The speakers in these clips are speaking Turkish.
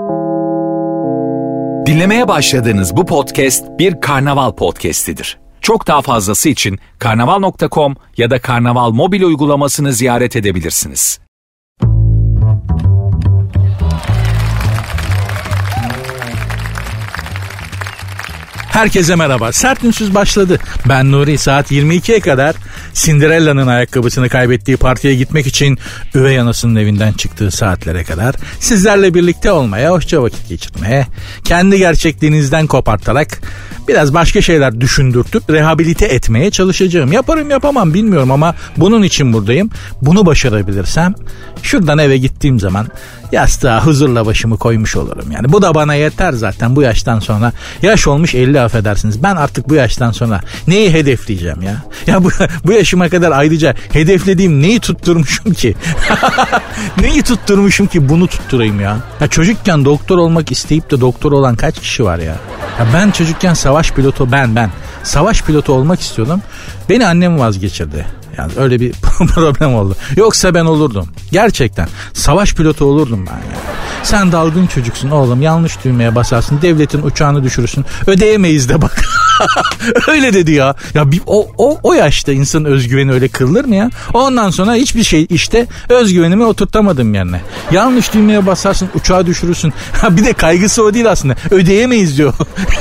Dinlemeye başladığınız bu podcast bir Karnaval podcastidir. Çok daha fazlası için karnaval.com ya da Karnaval mobil uygulamasını ziyaret edebilirsiniz. Herkese merhaba. Sert Ünsüz başladı. Ben Nuri. Saat 22'ye kadar Cinderella'nın ayakkabısını kaybettiği partiye gitmek için üvey anasının evinden çıktığı saatlere kadar sizlerle birlikte olmaya, hoşça vakit geçirmeye, kendi gerçekliğinizden kopartarak biraz başka şeyler düşündürtüp rehabilite etmeye çalışacağım. Yaparım yapamam bilmiyorum ama bunun için buradayım. Bunu başarabilirsem şuradan eve gittiğim zaman yastığa huzurla başımı koymuş olurum. Yani bu da bana yeter zaten bu yaştan sonra. Yaş olmuş 50 affedersiniz. Ben artık bu yaştan sonra neyi hedefleyeceğim ya? Ya bu yaşıma kadar ayrıca hedeflediğim neyi tutturmuşum ki? Neyi tutturmuşum ki bunu tutturayım ya? Ya çocukken doktor olmak isteyip de doktor olan kaç kişi var ya? Ya ben çocukken savaş pilotu savaş pilotu olmak istiyordum. Beni annem vazgeçirdi. Yani öyle bir problem oldu. Yoksa ben olurdum. Gerçekten. Savaş pilotu olurdum ben ya. Sen dalgın çocuksun oğlum. Yanlış düğmeye basarsın. Devletin uçağını düşürürsün. Ödeyemeyiz de bak. Öyle dedi ya. Ya o yaşta insanın özgüveni öyle kırılır mı ya? Ondan sonra hiçbir şey işte özgüvenimi oturtamadım yerine. Yanlış düğmeye basarsın, uçağı düşürürsün. Bir de kaygısı o değil aslında. Ödeyemeyiz diyor.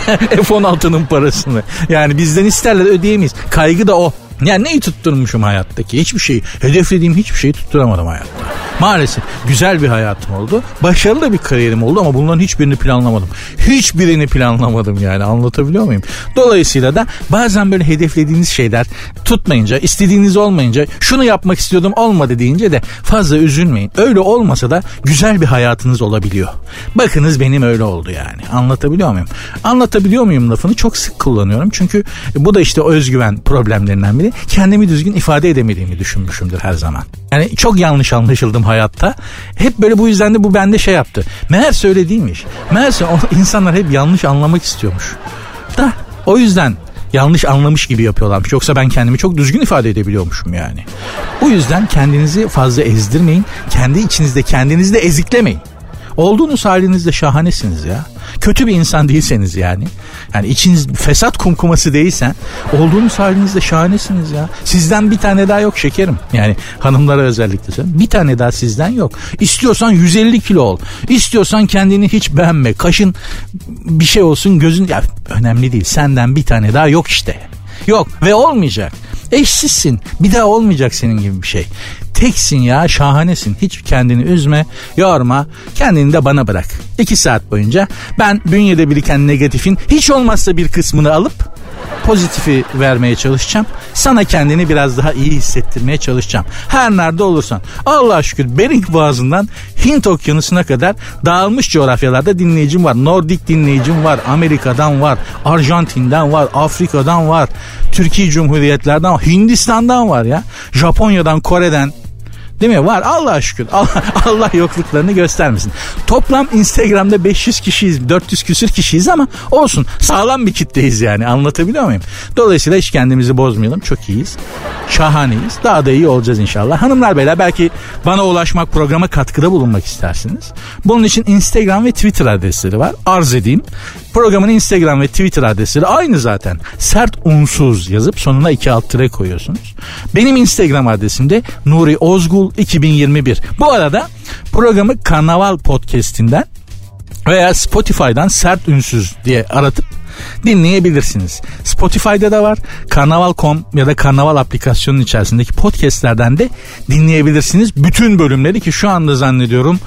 F-16'nın parasını. Yani bizden isterler ödeyemeyiz. Kaygı da o. Yani neyi tutturmuşum hayattaki? Hiçbir şey, hedeflediğim hiçbir şeyi tutturamadım hayatta. Maalesef güzel bir hayatım oldu. Başarılı da bir kariyerim oldu ama bunların hiçbirini planlamadım. Hiçbirini planlamadım yani, anlatabiliyor muyum? Dolayısıyla da bazen böyle hedeflediğiniz şeyler tutmayınca, istediğiniz olmayınca, şunu yapmak istiyordum olmadı deyince de fazla üzülmeyin. Öyle olmasa da güzel bir hayatınız olabiliyor. Bakınız benim öyle oldu yani. Anlatabiliyor muyum? Anlatabiliyor muyum lafını çok sık kullanıyorum. Çünkü bu da işte o özgüven problemlerinden biri. Kendimi düzgün ifade edemediğimi düşünmüşümdür her zaman. Yani çok yanlış anlaşıldım hayatta. Hep böyle bu yüzden de bu bende şey yaptı. Meğerse öyle değilmiş. Meğerse insanlar hep yanlış anlamak istiyormuş. Da o yüzden yanlış anlamış gibi yapıyorlarmış. Yoksa ben kendimi çok düzgün ifade edebiliyormuşum yani. Bu yüzden kendinizi fazla ezdirmeyin. Kendi içinizde kendinizi de eziklemeyin. Olduğunuz halinizde şahanesiniz ya. Kötü bir insan değilseniz yani. Yani içiniz fesat kumkuması değilsen olduğunuz halinizde şahanesiniz ya. Sizden bir tane daha yok şekerim. Yani hanımlara özellikle söyleyeyim. Bir tane daha sizden yok. İstiyorsan 150 kilo ol. İstiyorsan kendini hiç beğenme. Kaşın bir şey olsun, gözün... Ya önemli değil. Senden bir tane daha yok işte. Yok ve olmayacak. Eşsizsin. Bir daha olmayacak senin gibi bir şey. Teksin ya, şahanesin. Hiç kendini üzme, yorma. Kendini de bana bırak. 2 saat boyunca ben bünyede biriken negatifin hiç olmazsa bir kısmını alıp pozitifi vermeye çalışacağım. Sana kendini biraz daha iyi hissettirmeye çalışacağım. Her nerede olursan. Allah'a şükür Bering Boğazı'ndan Hint Okyanusu'na kadar dağılmış coğrafyalarda dinleyicim var. Nordik dinleyicim var. Amerika'dan var. Arjantin'den var. Afrika'dan var. Türkiye Cumhuriyetlerden var. Hindistan'dan var ya. Japonya'dan, Kore'den. Değil mi? Var. Allah'a şükür. Allah yokluklarını göstermesin. Toplam Instagram'da 500 kişiyiz. 400 küsür kişiyiz ama olsun. Sağlam bir kitleyiz yani. Anlatabiliyor muyum? Dolayısıyla hiç kendimizi bozmayalım. Çok iyiyiz. Şahaneyiz. Daha da iyi olacağız inşallah. Hanımlar beyler, belki bana ulaşmak, programa katkıda bulunmak istersiniz. Bunun için Instagram ve Twitter adresleri var. Arz edeyim. Programın Instagram ve Twitter adresleri aynı zaten. Sert Unsuz yazıp sonuna 2 alt tire koyuyorsunuz. Benim Instagram adresim de Nuri Ozgul 2021. Bu arada programı Karnaval Podcast'inden veya Spotify'dan Sert Ünsüz diye aratıp dinleyebilirsiniz. Spotify'da da var. Karnaval.com ya da Karnaval aplikasyonunun içerisindeki podcastlerden de dinleyebilirsiniz. Bütün bölümleri, ki şu anda zannediyorum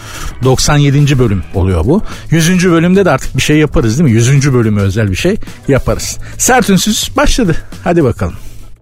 97. bölüm oluyor bu. 100. bölümde de artık bir şey yaparız değil mi? 100. bölümü özel bir şey yaparız. Sert Ünsüz başladı. Hadi bakalım.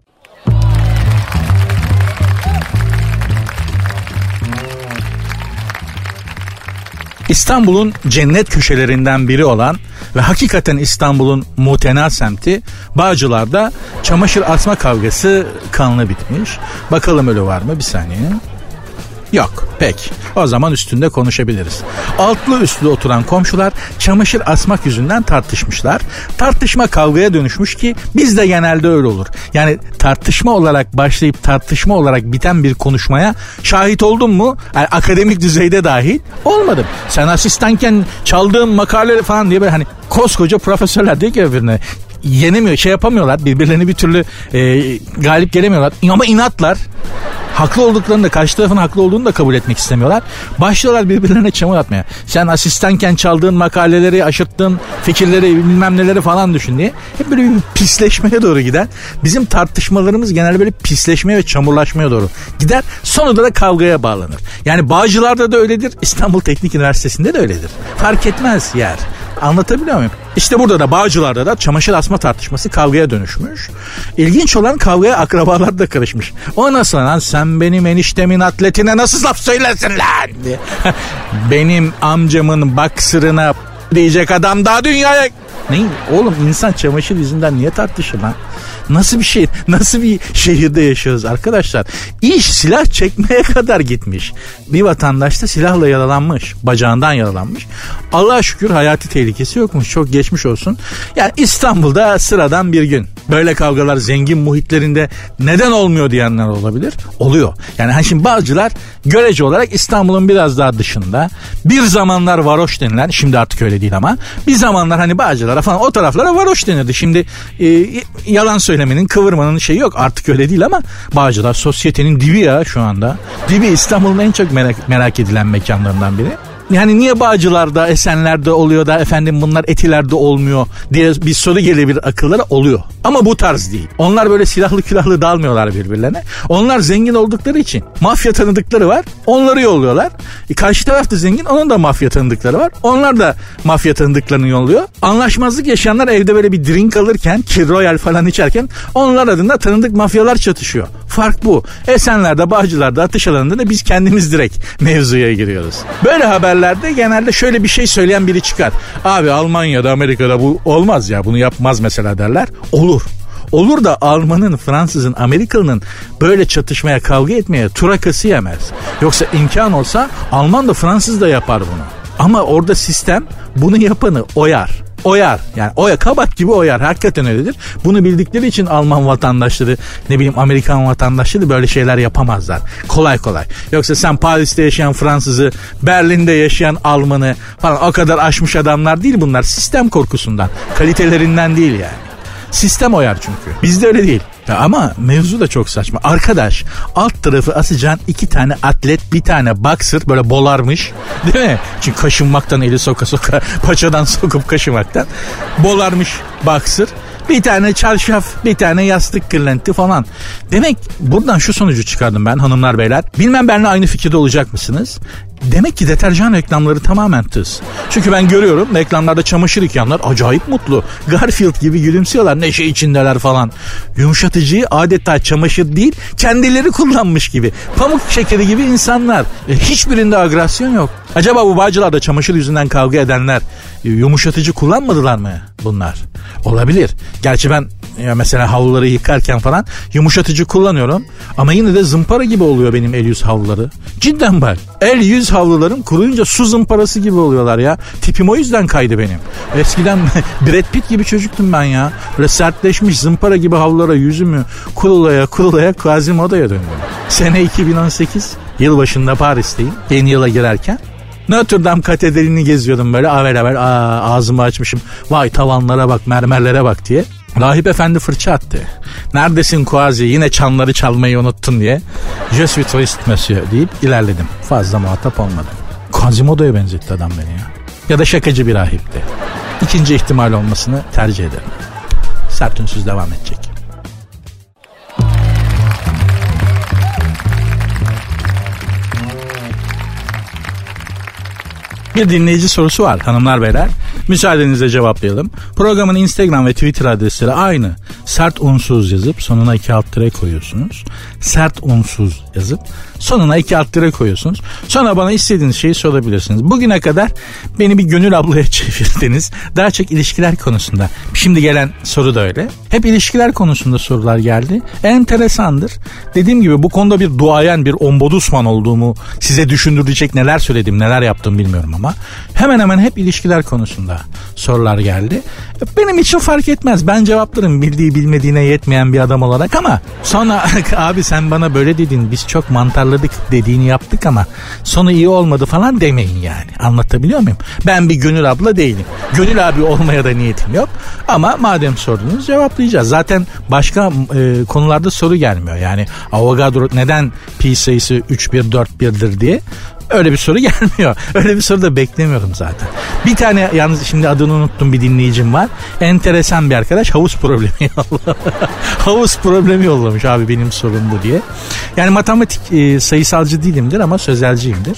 İstanbul'un cennet köşelerinden biri olan ve hakikaten İstanbul'un muhtena semti Bağcılar'da çamaşır asma kavgası kanlı bitmiş. Bakalım ölü var mı? Bir saniye. Yok. Peki. O zaman üstünde konuşabiliriz. Altlı üstlü oturan komşular çamaşır asmak yüzünden tartışmışlar. Tartışma kavgaya dönüşmüş ki bizde genelde öyle olur. Yani tartışma olarak başlayıp tartışma olarak biten bir konuşmaya şahit oldun mu? Yani akademik düzeyde dahil olmadım. Sen asistanken çaldığın makaleleri falan diye böyle hani koskoca profesörler diyor ki birbirine yenemiyor, şey yapamıyorlar, birbirlerini bir türlü galip gelemiyorlar ama inatlar. Haklı olduklarını da, karşı tarafın haklı olduğunu da kabul etmek istemiyorlar. Başlıyorlar birbirlerine çamur atmaya. Sen asistanken çaldığın makaleleri, aşırttığın fikirleri, bilmem neleri falan düşün diye. Hep böyle bir pisleşmeye doğru gider. Bizim tartışmalarımız genelde böyle pisleşmeye ve çamurlaşmaya doğru gider. Sonunda da kavgaya bağlanır. Yani Bağcılar'da da öyledir, İstanbul Teknik Üniversitesi'nde de öyledir. Fark etmez yer. Anlatabiliyor muyum? İşte burada da Bağcılar'da da çamaşır asma tartışması kavgaya dönüşmüş. İlginç olan kavgaya akrabalar da karışmış. O nasıl lan, sen benim eniştemin atletine nasıl laf söylersin lan diye. Benim amcamın baksırına diyecek adam daha dünyaya... Ne? Oğlum insan çamaşır yüzünden niye tartışır lan? Nasıl bir şey? Nasıl bir şehirde yaşıyoruz arkadaşlar? İş silah çekmeye kadar gitmiş. Bir vatandaş da silahla yaralanmış. Bacağından yaralanmış. Allah'a şükür hayati tehlikesi yokmuş. Çok geçmiş olsun. Yani İstanbul'da sıradan bir gün. Böyle kavgalar zengin muhitlerinde neden olmuyor diyenler olabilir. Oluyor. Yani şimdi Bağcılar görece olarak İstanbul'un biraz daha dışında. Bir zamanlar varoş denilen, şimdi artık öyle değil ama bir zamanlar hani Bağcılar'a falan o taraflara varoş denirdi. Şimdi yalan söylemenin, kıvırmanın şeyi yok. Artık öyle değil ama Bağcılar sosyetenin dibi ya şu anda. Dibi, İstanbul'un en çok merak edilen mekanlarından biri. Yani niye Bağcılar'da, Esenler'de oluyor da efendim bunlar Etiler'de olmuyor diye bir soru gelebilir akıllara, oluyor. Ama bu tarz değil. Onlar böyle silahlı külahlı dalmıyorlar birbirlerine. Onlar zengin oldukları için mafya tanıdıkları var. Onları yolluyorlar. Karşı taraf da zengin, onun da mafya tanıdıkları var. Onlar da mafya tanıdıklarını yolluyor. Anlaşmazlık yaşayanlar evde böyle bir drink alırken, Kir Royal falan içerken onlar adına tanıdık mafyalar çatışıyor. Fark bu. Esenler'de, Bağcılar'da, atış alanında da biz kendimiz direkt mevzuya giriyoruz. Böyle haberlerde genelde şöyle bir şey söyleyen biri çıkar. Abi Almanya'da, Amerika'da bu olmaz ya, bunu yapmaz mesela derler. Olur. Olur da Alman'ın, Fransız'ın, Amerikalı'nın böyle çatışmaya, kavga etmeye turakası yemez. Yoksa imkan olsa Alman da Fransız da yapar bunu. Ama orada sistem bunu yapanı oyar. Oyar. Yani oya, kabat gibi oyar. Hakikaten öyledir. Bunu bildikleri için Alman vatandaşları, ne bileyim Amerikan vatandaşları böyle şeyler yapamazlar. Kolay kolay. Yoksa sen Paris'te yaşayan Fransızı, Berlin'de yaşayan Almanı falan o kadar aşmış adamlar değil bunlar. Sistem korkusundan. Kalitelerinden değil yani. Sistem oyar çünkü. Bizde öyle değil. Ya ama mevzu da çok saçma. Arkadaş, alt tarafı asacağın 2 tane atlet, bir tane boxer böyle bolarmış. Değil mi? Çünkü kaşınmaktan, eli soka soka paçadan sokup kaşımaktan bolarmış boxer. Bir tane çarşaf, bir tane yastık kırlenti falan. Demek buradan şu sonucu çıkardım ben hanımlar beyler. Bilmem benimle aynı fikirde olacak mısınız? Demek ki deterjan reklamları tamamen tıs. Çünkü ben görüyorum reklamlarda çamaşır yıkayanlar acayip mutlu. Garfield gibi gülümsüyorlar, neşe içindeler falan. Yumuşatıcıyı adeta çamaşır değil kendileri kullanmış gibi. Pamuk şekeri gibi insanlar. Hiçbirinde agresyon yok. Acaba bu Bağcılar'da çamaşır yüzünden kavga edenler yumuşatıcı kullanmadılar mı bunlar? Olabilir. Gerçi ben mesela havluları yıkarken falan yumuşatıcı kullanıyorum. Ama yine de zımpara gibi oluyor benim el yüz havluları. Cidden bak. El yüz havlularım kuruyunca su zımparası gibi oluyorlar ya. Tipim o yüzden kaydı benim. Eskiden Brad Pitt gibi çocuktum ben ya. Böyle sertleşmiş zımpara gibi havlulara yüzümü kurulaya Quasimodo'ya döndüm. Sene 2018. Yılbaşında Paris'teyim. Yeni yıla girerken. Notre Dame katedralini geziyordum böyle avel ağzımı açmışım. Vay tavanlara bak, mermerlere bak diye. Rahip efendi fırça attı. Neredesin Quasi, yine çanları çalmayı unuttun diye. Je suis triste monsieur deyip ilerledim. Fazla muhatap olmadım. Quasimodo'ya benzetti adam beni ya. Ya da şakacı bir rahipti. İkinci ihtimal olmasını tercih ederim. Sert Ünsüz devam edecek. Bir dinleyici sorusu var hanımlar beyler. Müsaadenizle cevaplayalım. Programın Instagram ve Twitter adresleri aynı. Sert Unsuz yazıp sonuna 2 alt tire koyuyorsunuz. sert unsuz yazıp sonuna 2 alt tire koyuyorsunuz. Sonra bana istediğiniz şeyi sorabilirsiniz. Bugüne kadar beni bir Gönül ablaya çevirdiniz. Daha çok ilişkiler konusunda. Şimdi gelen soru da öyle. Hep ilişkiler konusunda sorular geldi. Enteresandır. Dediğim gibi bu konuda bir duayen, bir ombudusman olduğumu size düşündürecek neler söyledim, neler yaptım bilmiyorum ama hemen hemen hep ilişkiler konusunda sorular geldi. Benim için fark etmez. Ben cevaplarım bildiği bilmediğine yetmeyen bir adam olarak ama sonra abi sen bana böyle dedin, biz çok mantarladık dediğini yaptık ama sonu iyi olmadı falan demeyin yani. Anlatabiliyor muyum? Ben bir Gönül abla değilim. Gönül abi olmaya da niyetim yok. Ama madem sordunuz cevaplayacağız. Zaten başka konularda soru gelmiyor. Yani Avogadro neden pi sayısı 3,1,4,1'dir diye öyle bir soru gelmiyor. Öyle bir soru da beklemiyorum zaten. Bir tane yalnız şimdi adını unuttum bir dinleyicim var. Enteresan bir arkadaş havuz problemi yollamış. Havuz problemi yollamış abi benim sorum bu diye. Yani matematik sayısalcı değilimdir ama sözelciyimdir.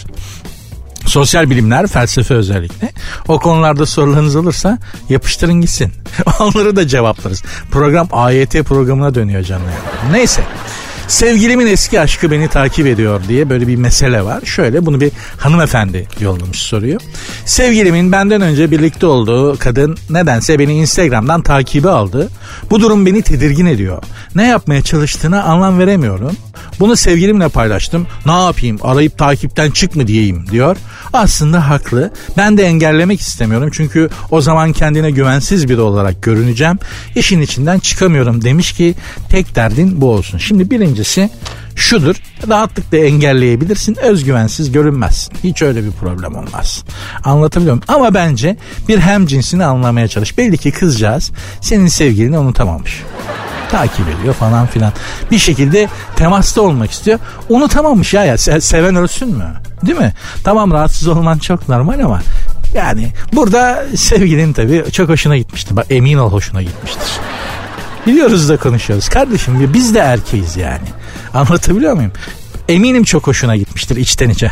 Sosyal bilimler, felsefe özellikle. O konularda sorularınız olursa yapıştırın gitsin. Onları da cevaplarız. Program AYT programına dönüyor canım. Neyse. Sevgilimin eski aşkı beni takip ediyor diye böyle bir mesele var. Şöyle bunu bir hanımefendi yollamış soruyor. Sevgilimin benden önce birlikte olduğu kadın nedense beni Instagram'dan takibe aldı. Bu durum beni tedirgin ediyor. Ne yapmaya çalıştığına anlam veremiyorum. Bunu sevgilimle paylaştım. Ne yapayım, arayıp takipten çık mı diyeyim diyor. Aslında haklı. Ben de engellemek istemiyorum. Çünkü o zaman kendine güvensiz biri olarak görüneceğim. İşin içinden çıkamıyorum demiş ki tek derdin bu olsun. Şimdi birincisi şudur. Rahatlıkla engelleyebilirsin. Özgüvensiz görünmezsin. Hiç öyle bir problem olmaz. Anlatabiliyor muyum? Ama bence bir hemcinsini anlamaya çalış. Belli ki kızcağız senin sevgilini unutamamış. Takip ediyor falan filan. Bir şekilde temasta olmak istiyor. Unutamamış ya. Seven ölsün mü? Değil mi? Tamam rahatsız olman çok normal ama yani burada sevgilin tabii çok hoşuna gitmiştir. Bak emin ol hoşuna gitmiştir. Biliyoruz da konuşuyoruz. Kardeşim biz de erkeğiz yani. Anlatabiliyor muyum? Eminim çok hoşuna gitmiştir içten içe.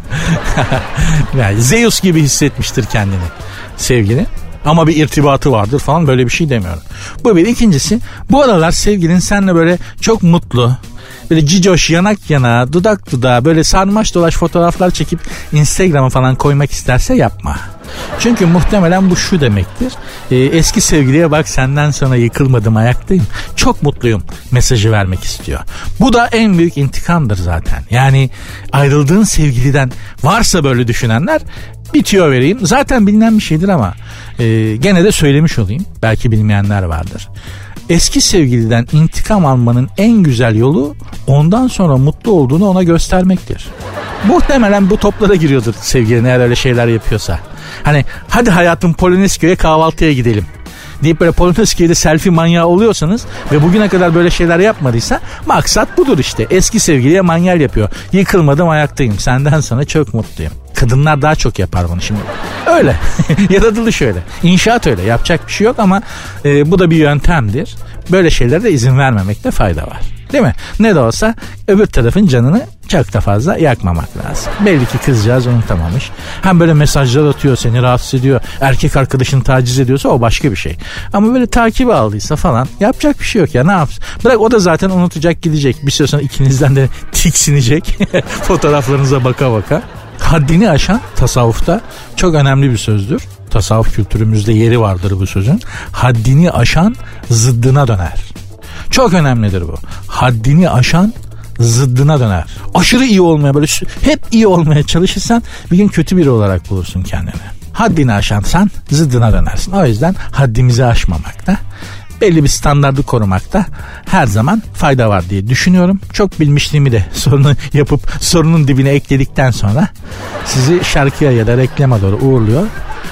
Yani Zeus gibi hissetmiştir kendini sevgili. Ama bir irtibatı vardır falan böyle bir şey demiyorum. Bu bir. İkincisi bu aralar sevgilin seninle böyle çok mutlu, böyle cicoş yanak yana dudak dudağa böyle sarmaş dolaş fotoğraflar çekip Instagram'a falan koymak isterse yapma. Çünkü muhtemelen bu şu demektir. Eski sevgiliye bak senden sonra yıkılmadım ayaktayım. Çok mutluyum mesajı vermek istiyor. Bu da en büyük intikamdır zaten. Yani ayrıldığın sevgiliden varsa böyle düşünenler bitiyor vereyim. Zaten bilinen bir şeydir ama gene de söylemiş olayım. Belki bilmeyenler vardır. Eski sevgiliden intikam almanın en güzel yolu ondan sonra mutlu olduğunu ona göstermektir. Muhtemelen bu toplara giriyordur sevgilin eğer öyle şeyler yapıyorsa. Hani hadi hayatım Polonezköy'e kahvaltıya gidelim deyip böyle Polonezköy'de selfie manyağı oluyorsanız ve bugüne kadar böyle şeyler yapmadıysa maksat budur işte. Eski sevgiliye manyal yapıyor. Yıkılmadım ayaktayım senden sonra çok mutluyum. Kadınlar daha çok yapar bunu şimdi. Öyle. Yaratılış öyle. İnşaat öyle. Yapacak bir şey yok ama bu da bir yöntemdir. Böyle şeylere de izin vermemekte fayda var. Değil mi? Ne de olsa öbür tarafın canını çok da fazla yakmamak lazım. Belli ki kızcağız unutamamış. Hem böyle mesajlar atıyor, seni rahatsız ediyor. Erkek arkadaşını taciz ediyorsa o başka bir şey. Ama böyle takibi aldıysa falan yapacak bir şey yok ya, ne yapsın? Bırak o da zaten unutacak gidecek. Bir süre sonra ikinizden de tiksinecek. Fotoğraflarınıza baka baka. Haddini aşan tasavvufta çok önemli bir sözdür. Tasavvuf kültürümüzde yeri vardır bu sözün. Haddini aşan zıddına döner. Çok önemlidir bu. Haddini aşan zıddına döner. Aşırı iyi olmaya böyle hep iyi olmaya çalışırsan bir gün kötü biri olarak bulursun kendini. Haddini aşansan zıddına dönersin. O yüzden haddimizi aşmamakta, belli bir standardı korumakta her zaman fayda var diye düşünüyorum. Çok bilmişliğimi de sorunu yapıp sorunun dibine ekledikten sonra sizi şarkıya ya da reklama doğru uğurluyor.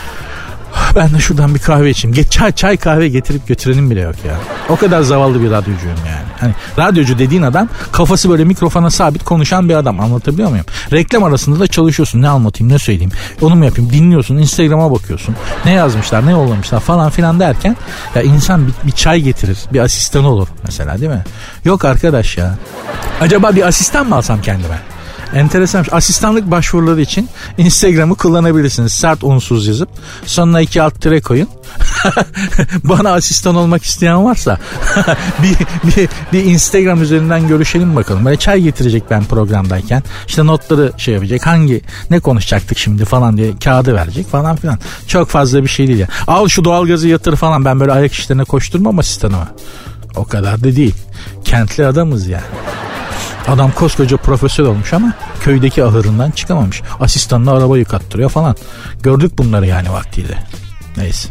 Ben de şuradan bir kahve içeyim. Çay kahve getirip götürenim bile yok ya. O kadar zavallı bir radyocuyum yani. Hani radyocu dediğin adam kafası böyle mikrofona sabit konuşan bir adam. Anlatabiliyor muyum? Reklam arasında da çalışıyorsun. Ne anlatayım, ne söyleyeyim, onu mu yapayım? Dinliyorsun, Instagram'a bakıyorsun. Ne yazmışlar, ne yollamışlar falan filan derken ya insan bir çay getirir. Bir asistan olur mesela, değil mi? Yok arkadaş ya. Acaba bir asistan mı alsam kendime? Enteresan. Asistanlık başvuruları için Instagram'ı kullanabilirsiniz. Sert unsuz yazıp sonuna 2 alt tire koyun. Bana asistan olmak isteyen varsa bir Instagram üzerinden görüşelim bakalım. Böyle çay getirecek ben programdayken. İşte notları şey yapacak. Ne konuşacaktık şimdi falan diye kağıdı verecek falan filan. Çok fazla bir şey değil ya. Al şu doğalgazı yatır falan. Ben böyle ayak işlerine koşturmam asistanıma. O kadar da değil. Kentli adamız yani. Adam koskoca profesör olmuş ama köydeki ahırından çıkamamış. Asistanla araba yıkattırıyor falan. Gördük bunları yani vaktiyle. Neyse.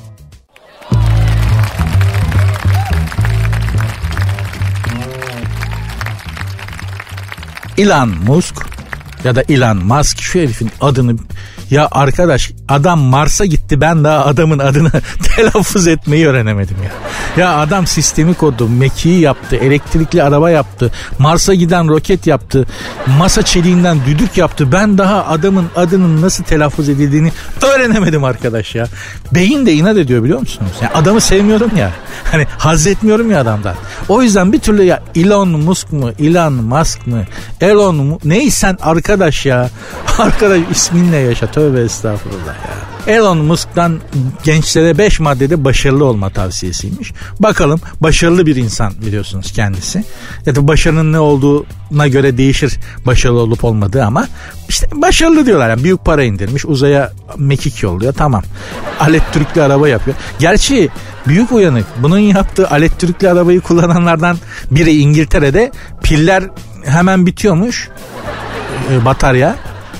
Elon Musk ya da Elon Musk, şu herifin adını, ya arkadaş adam Mars'a gitti, ben daha adamın adını telaffuz etmeyi öğrenemedim ya. Ya adam sistemi kurdu, mekiği yaptı, elektrikli araba yaptı, Mars'a giden roket yaptı, masa çeliğinden düdük yaptı. Ben daha adamın adının nasıl telaffuz edildiğini öğrenemedim arkadaş ya. Beyin de inat ediyor biliyor musunuz? Yani adamı sevmiyorum ya. Hani haz etmiyorum ya adamdan. O yüzden bir türlü ya Elon Musk mu, Elon Musk mı, Elon mu, neysen arkadaş ya. Arkadaş isminle yaşa, tövbe estağfurullah ya. Elon Musk'tan gençlere 5 maddede başarılı olma tavsiyesiymiş. Bakalım, başarılı bir insan biliyorsunuz kendisi. Ya da başarının ne olduğuna göre değişir başarılı olup olmadığı, ama işte başarılı diyorlar. Yani büyük para indirmiş, uzaya mekik yolluyor, tamam. Elektrikli araba yapıyor. Gerçi büyük uyanık. Bunun yaptığı elektrikli arabayı kullananlardan biri İngiltere'de, piller hemen bitiyormuş, batarya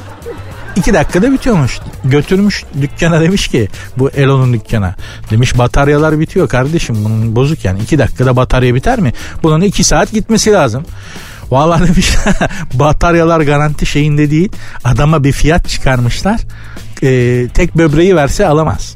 2 dakikada bitiyormuş. Götürmüş dükkana, demiş ki bu Elon'un dükkana, demiş bataryalar bitiyor kardeşim, bunun bozuk yani, 2 dakikada batarya biter mi? Bunun 2 saat gitmesi lazım. Vallahi demiş bataryalar garanti şeyinde değil, adama bir fiyat çıkarmışlar, tek böbreği verse alamaz.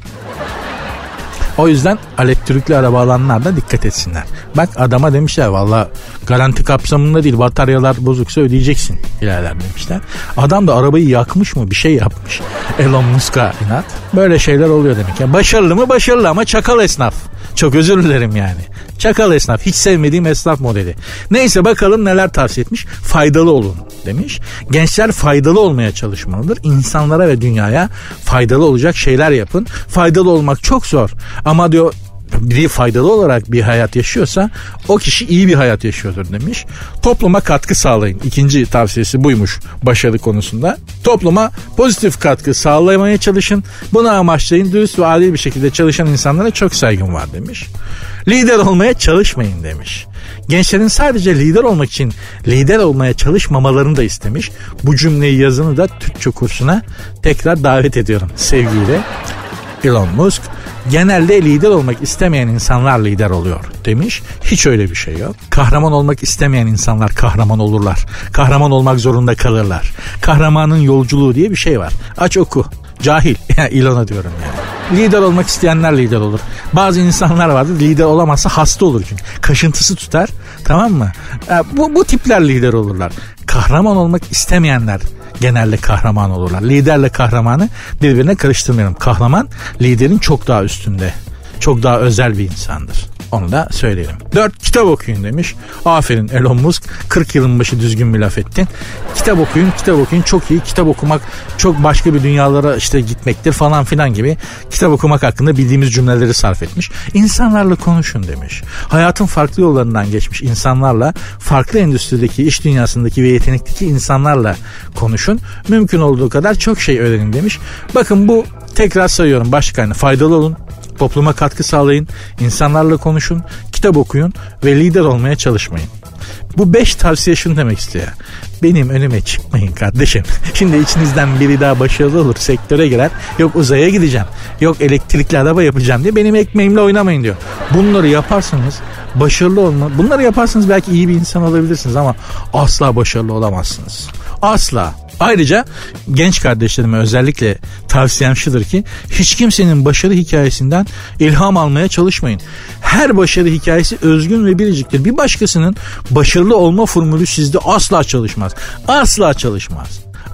O yüzden elektrikli araba alanlar da dikkat etsinler. Bak adama demişler valla garanti kapsamında değil, bataryalar bozuksa ödeyeceksin birader demişler. Adam da arabayı yakmış mı, bir şey yapmış. Elon Musk'a inat. Böyle şeyler oluyor demek. Yani başarılı mı? Başarılı ama çakal esnaf. Çok özür dilerim yani. Çakal esnaf. Hiç sevmediğim esnaf modeli. Neyse bakalım neler tavsiye etmiş. Faydalı olun demiş. Gençler faydalı olmaya çalışmalıdır. İnsanlara ve dünyaya faydalı olacak şeyler yapın. Faydalı olmak çok zor. Ama diyor, biri faydalı olarak bir hayat yaşıyorsa o kişi iyi bir hayat yaşıyordur demiş. Topluma katkı sağlayın. İkinci tavsiyesi buymuş başarı konusunda. Topluma pozitif katkı sağlamaya çalışın. Bunu amaçlayın. Dürüst ve adil bir şekilde çalışan insanlara çok saygım var demiş. Lider olmaya çalışmayın demiş. Gençlerin sadece lider olmak için lider olmaya çalışmamalarını da istemiş. Bu cümleyi yazını da Türkçe kursuna tekrar davet ediyorum sevgiyle. Elon Musk, genelde lider olmak istemeyen insanlar lider oluyor demiş. Hiç öyle bir şey yok. Kahraman olmak istemeyen insanlar kahraman olurlar. Kahraman olmak zorunda kalırlar. Kahramanın yolculuğu diye bir şey var. Aç oku. Cahil. Elon'a diyorum yani. Lider olmak isteyenler lider olur. Bazı insanlar vardır, lider olamazsa hasta olur çünkü. Kaşıntısı tutar, tamam mı? Bu tipler lider olurlar. Kahraman olmak istemeyenler genelde kahraman olurlar. Liderle kahramanı birbirine karıştırmayalım. Kahraman liderin çok daha üstünde. Çok daha özel bir insandır. Onu da söyleyelim. 4. Kitap okuyun demiş. Aferin Elon Musk. 40 yılın başı düzgün bir laf ettin. Kitap okuyun, kitap okuyun. Çok iyi. Kitap okumak çok başka bir dünyalara işte gitmektir falan filan gibi. Kitap okumak hakkında bildiğimiz cümleleri sarf etmiş. İnsanlarla konuşun demiş. Hayatın farklı yollarından geçmiş insanlarla, farklı endüstrideki, iş dünyasındaki ve yetenekteki insanlarla konuşun. Mümkün olduğu kadar çok şey öğrenin demiş. Bakın bu, tekrar sayıyorum, başka faydalı olun. Topluma katkı sağlayın, insanlarla konuşun, kitap okuyun ve lider olmaya çalışmayın. Bu 5 tavsiye şunu demek istiyor. Benim önüme çıkmayın kardeşim. Şimdi içinizden biri daha başarılı olur, sektöre girer. Yok uzaya gideceğim, yok elektrikli araba yapacağım diye benim ekmeğimle oynamayın diyor. Bunları yaparsanız başarılı olma. Bunları yaparsanız belki iyi bir insan olabilirsiniz ama asla başarılı olamazsınız. Asla. Ayrıca genç kardeşlerime özellikle tavsiyem şudur ki, hiç kimsenin başarı hikayesinden ilham almaya çalışmayın. Her başarı hikayesi özgün ve biriciktir. Bir başkasının başarılı olma formülü sizde asla çalışmaz. Asla çalışmaz.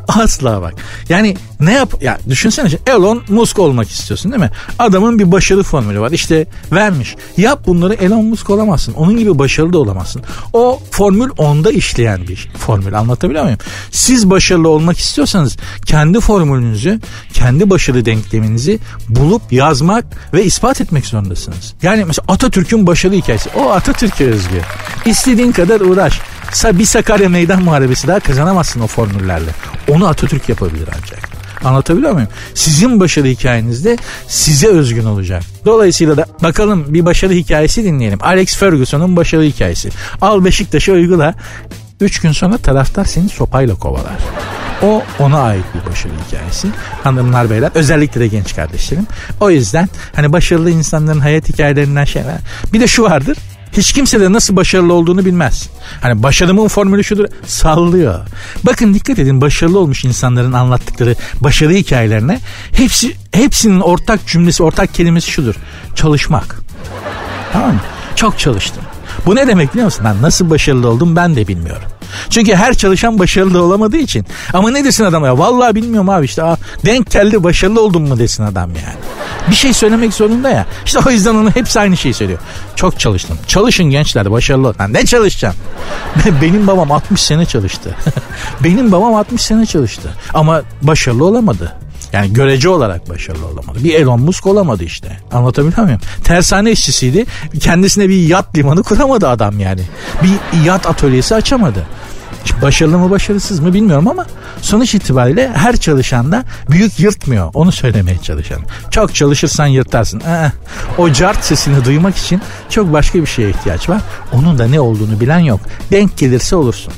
Asla bak. Yani ne yap? Ya düşünsene, Elon Musk olmak istiyorsun değil mi? Adamın bir başarı formülü var. İşte vermiş. Yap bunları, Elon Musk olamazsın. Onun gibi başarılı da olamazsın. O formül onda işleyen bir formül. Anlatabiliyor muyum? Siz başarılı olmak istiyorsanız kendi formülünüzü, kendi başarı denkleminizi bulup yazmak ve ispat etmek zorundasınız. Yani mesela Atatürk'ün başarı hikayesi. O Atatürk'e özgü. İstediğin kadar uğraş. Bir Sakarya Meydan Muharebesi daha kazanamazsın o formüllerle. Onu Atatürk yapabilir ancak. Anlatabiliyor muyum? Sizin başarı hikayeniz de size özgün olacak. Dolayısıyla da bakalım bir başarı hikayesi dinleyelim. Alex Ferguson'un başarı hikayesi. Al Beşiktaş'a uygula. 3 gün sonra taraftar seni sopayla kovalar. O ona ait bir başarı hikayesi. Hanımlar beyler, özellikle de genç kardeşlerim. O yüzden hani başarılı insanların hayat hikayelerinden şeyler. Bir de şu vardır. Hiç kimse de nasıl başarılı olduğunu bilmez. Hani başarımın formülü şudur, sallıyor. Bakın dikkat edin, başarılı olmuş insanların anlattıkları başarı hikayelerine hepsinin ortak cümlesi, ortak kelimesi şudur. Çalışmak. Tamam mı? Çok çalıştım. Bu ne demek biliyor musun? Ben nasıl başarılı oldum ben de bilmiyorum. Çünkü her çalışan başarılı olamadığı için. Ama ne desin adam ya? Vallahi bilmiyorum abi, işte denk geldi, başarılı oldum mu desin adam yani. Bir şey söylemek zorunda ya. İşte o yüzden onu hepsi aynı şeyi söylüyor. Çok çalıştım. Çalışın gençler, başarılı ol. Ne çalışacağım? Benim babam 60 sene çalıştı. Benim babam 60 sene çalıştı. Ama başarılı olamadı. Yani görece olarak başarılı olamadı. Bir Elon Musk olamadı işte. Anlatabiliyor muyum? Tersane işçisiydi. Kendisine bir yat limanı kuramadı adam yani. Bir yat atölyesi açamadı. Başarılı mı başarısız mı bilmiyorum ama sonuç itibariyle her çalışan da büyük yırtmıyor. Onu söylemeye çalışıyorum. Çok çalışırsan yırtarsın. O cart sesini duymak için çok başka bir şeye ihtiyaç var. Onun da ne olduğunu bilen yok. Denk gelirse olursun.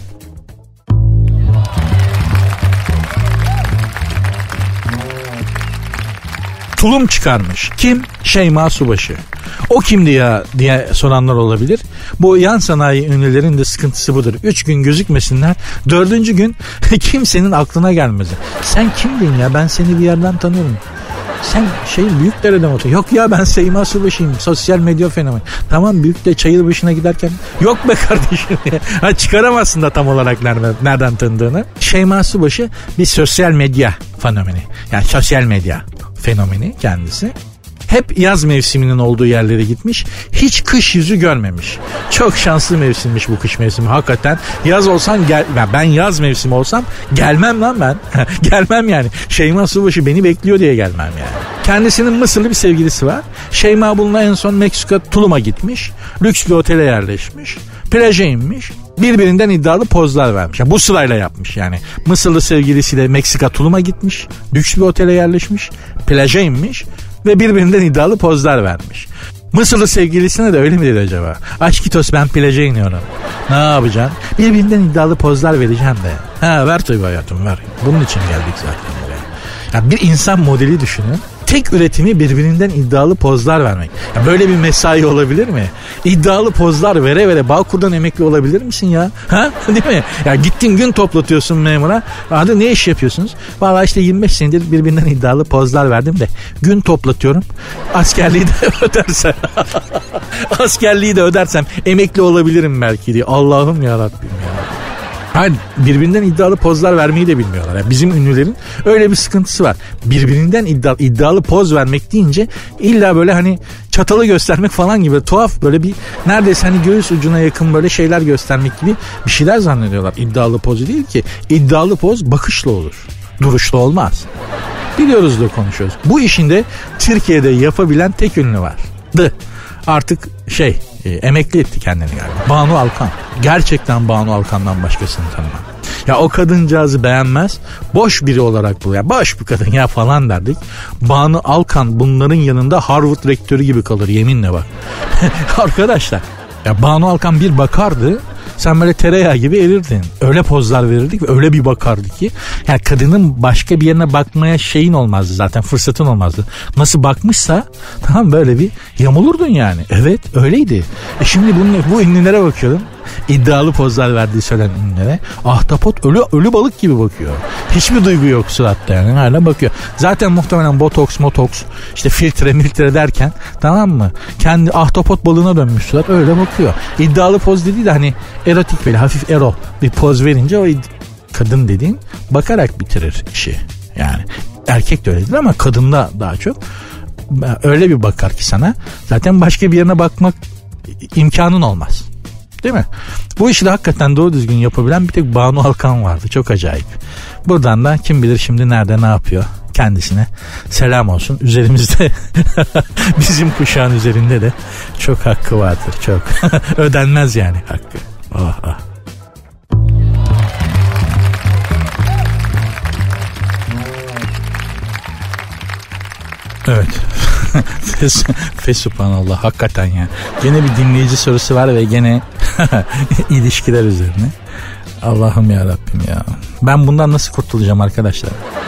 Tulum çıkarmış. Kim? Şeyma Subaşı. O kimdi ya diye soranlar olabilir. Bu yan sanayi ünlülerin de sıkıntısı budur. 3 gün gözükmesinler. 4. gün kimsenin aklına gelmez. Sen kimdin ya? Ben seni bir yerden tanıyorum. Sen Büyükdere'den otur. Yok ya, ben Şeyma Subaşı'yım. Sosyal medya fenomeni. Tamam, Büyükdere Çayırbaşı'na giderken. Yok be kardeşim ya. Çıkaramazsın da tam olarak nereden tanıdığını. Şeyma Subaşı bir sosyal medya fenomeni. Yani sosyal medya fenomeni kendisi. Hep yaz mevsiminin olduğu yerlere gitmiş. Hiç kış yüzü görmemiş. Çok şanslı mevsimmiş bu kış mevsimi. Hakikaten yaz olsan ben yaz mevsimi olsam gelmem lan ben. Gelmem yani. Şeyma Subaşı beni bekliyor diye gelmem yani. Kendisinin Mısırlı bir sevgilisi var. Şeyma bununla en son Meksika Tulum'a gitmiş. Lüks bir otele yerleşmiş. Plaja inmiş. Birbirinden iddialı pozlar vermiş. Yani bu sırayla yapmış yani. Mısırlı sevgilisiyle Meksika Tulum'a gitmiş. Lüks bir otele yerleşmiş. Plaja inmiş. Ve birbirinden iddialı pozlar vermiş. Mısırlı sevgilisine de öyle mi dedi acaba? Aşkitos, ben plaja iniyorum. Ne yapacaksın? Birbirinden iddialı pozlar vereceğim de. Ver tabii hayatım, ver. Bunun için geldik zaten buraya. Yani bir insan modeli düşünün. Tek üretimi birbirinden iddialı pozlar vermek. Ya böyle bir mesai olabilir mi? İddialı pozlar vere vere Bağkur'dan emekli olabilir misin ya? Ha? Değil mi? Ya gittin gün toplatıyorsun memura. Hadi ne iş yapıyorsunuz? Vallahi işte 25 senedir birbirinden iddialı pozlar verdim de gün toplatıyorum. Askerliği de ödersem. Askerliği de ödersem emekli olabilirim belki diye. Allah'ım yarabbim ya. Hani birbirinden iddialı pozlar vermeyi de bilmiyorlar. Yani bizim ünlülerin öyle bir sıkıntısı var. Birbirinden iddialı poz vermek deyince illa böyle hani çatalı göstermek falan gibi tuhaf, böyle bir neredeyse hani göğüs ucuna yakın böyle şeyler göstermek gibi bir şeyler zannediyorlar. İddialı poz değil ki. İddialı poz bakışla olur. Duruşla olmaz. Biliyoruz da konuşuyoruz. Bu işin de Türkiye'de yapabilen tek ünlü vardı. Artık emekli etti kendini galiba. Banu Alkan. Gerçekten Banu Alkan'dan başkasını tanımam. Ya o kadıncağızı beğenmez. Boş biri olarak buluyor. Boş bir kadın ya falan derdik. Banu Alkan bunların yanında Harvard rektörü gibi kalır, yeminle bak. Arkadaşlar, ya Banu Alkan bir bakardı. Sen böyle tereyağı gibi erirdin. Öyle pozlar verirdik ve öyle bir bakardı ki. Yani kadının başka bir yerine bakmaya şeyin olmazdı zaten, fırsatın olmazdı. Nasıl bakmışsa tamam böyle bir yamulurdun yani. Evet öyleydi. Şimdi bu ünlülere bakıyorum. İddialı pozlar verdiği söylenen ünlülere. Ahtapot ölü balık gibi bakıyor. Hiçbir duygu yok suratta yani. Hala bakıyor. Zaten muhtemelen botoks, işte filtre derken tamam mı? Kendi ahtapot balığına dönmüş surat, öyle bakıyor. İddialı poz dediği de hani erotik, böyle hafif ero bir poz verince o kadın dediğin bakarak bitirir işi. Yani erkek de öyledir ama kadında daha çok. Öyle bir bakar ki sana. Zaten başka bir yerine bakmak imkanın olmaz. Değil mi? Bu işi de hakikaten doğru düzgün yapabilen bir tek Banu Alkan vardı. Çok acayip. Buradan da kim bilir şimdi nerede ne yapıyor. Kendisine selam olsun. Üzerimizde bizim kuşağın üzerinde de çok hakkı vardır. Çok. Ödenmez yani hakkı. Oh, oh. Evet. Fesubhanallah, hakikaten ya. Gene bir dinleyici sorusu var ve gene ilişkiler üzerine. Allah'ım ya Rabbim ya. Ben bundan nasıl kurtulacağım arkadaşlar?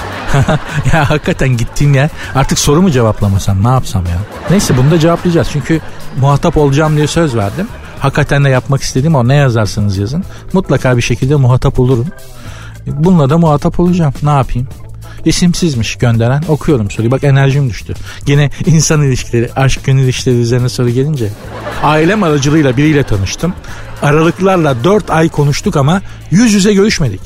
Ya hakikaten gittiğim yer, artık soru mu cevaplamasam, ne yapsam ya? Neyse, bunu da cevaplayacağız. Çünkü muhatap olacağım diye söz verdim. Hakikaten de yapmak istediğim o, ne yazarsanız yazın. Mutlaka bir şekilde muhatap olurum. Bununla da muhatap olacağım. Ne yapayım? İsimsizmiş gönderen, okuyorum soruyu. Bak enerjim düştü. Gene insan ilişkileri, aşk gönül ilişkileri üzerine soru gelince. Ailem aracılığıyla biriyle tanıştım. Aralıklarla 4 ay konuştuk ama yüz yüze görüşmedik.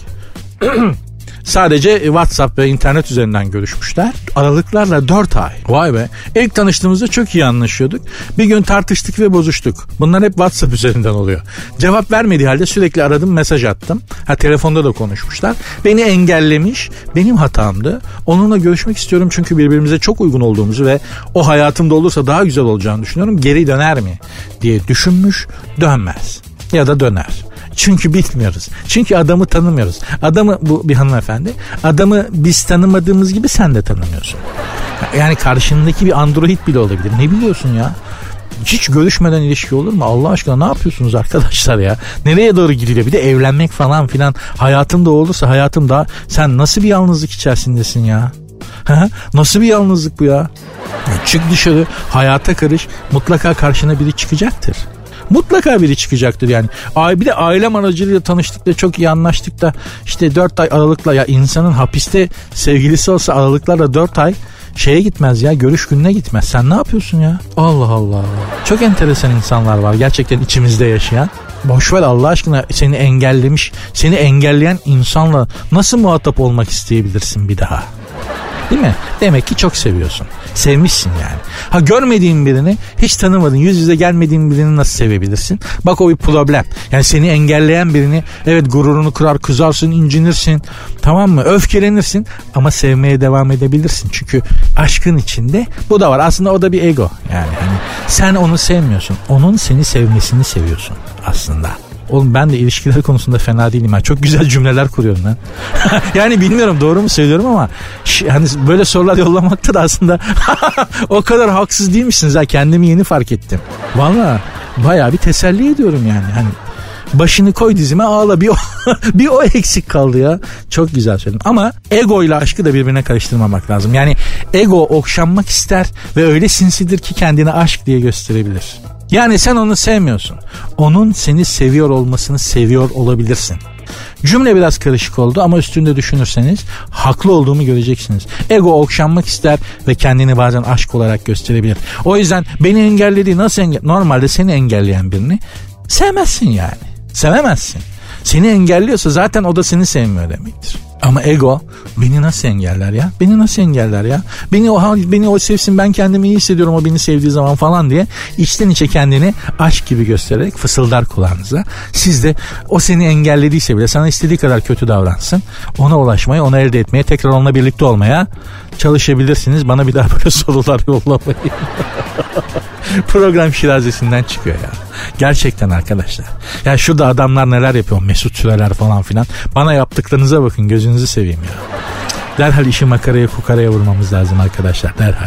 Sadece WhatsApp ve internet üzerinden görüşmüşler. Aralıklarla 4 ay. Vay be. İlk tanıştığımızda çok iyi anlaşıyorduk. Bir gün tartıştık ve bozuştuk. Bunlar hep WhatsApp üzerinden oluyor. Cevap vermediği halde sürekli aradım, mesaj attım. Telefonda da konuşmuşlar. Beni engellemiş. Benim hatamdı. Onunla görüşmek istiyorum çünkü birbirimize çok uygun olduğumuzu ve o hayatımda olursa daha güzel olacağını düşünüyorum. Geri döner mi diye düşünmüş. Dönmez. Ya da döner. Çünkü bilmiyoruz. Çünkü adamı tanımıyoruz. Adamı, bu bir hanımefendi, adamı biz tanımadığımız gibi sen de tanımıyorsun. Yani karşındaki bir android bile olabilir. Ne biliyorsun ya? Hiç görüşmeden ilişki olur mu? Allah aşkına ne yapıyorsunuz arkadaşlar ya? Nereye doğru gidiyor? Bir de evlenmek falan filan. Hayatımda olursa hayatımda, sen nasıl bir yalnızlık içerisindesin ya? Nasıl bir yalnızlık bu ya? Çık dışarı, hayata karış. Mutlaka karşına biri çıkacaktır. Mutlaka biri çıkacaktır yani. Bir de ailem aracılığıyla tanıştık da çok iyi anlaştık da işte 4 ay aralıkla, ya insanın hapiste sevgilisi olsa aralıklarla 4 ay şeye gitmez ya, görüş gününe gitmez. Sen ne yapıyorsun ya? Allah Allah. Çok enteresan insanlar var gerçekten içimizde yaşayan. Boşver Allah aşkına, seni engellemiş, seni engelleyen insanla nasıl muhatap olmak isteyebilirsin bir daha? Değil mi? Demek ki çok seviyorsun. Sevmişsin yani. Görmediğin birini, hiç tanımadığın, yüz yüze gelmediğin birini nasıl sevebilirsin? Bak, o bir problem. Yani seni engelleyen birini, evet, gururunu kırar, kızarsın, incinirsin. Tamam mı? Öfkelenirsin ama sevmeye devam edebilirsin. Çünkü aşkın içinde bu da var. Aslında o da bir ego. Yani sen onu sevmiyorsun. Onun seni sevmesini seviyorsun aslında. Oğlum ben de ilişkiler konusunda fena değilim. Çok güzel cümleler kuruyorum lan. Yani bilmiyorum doğru mu söylüyorum ama hani böyle sorular yollamakta da aslında o kadar haksız değilmişsiniz. Kendimi yeni fark ettim. Vallahi bayağı bir teselli ediyorum yani. Hani başını koy dizime, ağla, bir o eksik kaldı ya. Çok güzel söyledin. Ama ego ile aşkı da birbirine karıştırmamak lazım. Yani ego okşanmak ister ve öyle sinsidir ki kendini aşk diye gösterebilir. Yani sen onu sevmiyorsun. Onun seni seviyor olmasını seviyor olabilirsin. Cümle biraz karışık oldu ama üstünde düşünürseniz haklı olduğumu göreceksiniz. Ego okşanmak ister ve kendini bazen aşk olarak gösterebilir. O yüzden beni engellediği normalde seni engelleyen birini sevmezsin yani. Sevemezsin. Seni engelliyorsa zaten o da seni sevmiyor demektir. Ama ego beni nasıl engeller ya? Beni nasıl engeller ya? Beni o sevsin, ben kendimi iyi hissediyorum o beni sevdiği zaman falan diye içten içe kendini aşk gibi göstererek fısıldar kulağınıza. Siz de o seni engellediyse bile sana istediği kadar kötü davransın. Ona ulaşmaya, onu elde etmeye, tekrar onunla birlikte olmaya çalışabilirsiniz. Bana bir daha böyle sorular yollamayın. Program şirazesinden çıkıyor ya. Gerçekten arkadaşlar. Yani şurada adamlar neler yapıyor, Mesut Süreler falan filan. Bana yaptıklarınıza bakın, gözünüzü seveyim ya. Derhal işi makaraya kukaraya vurmamız lazım arkadaşlar, derhal.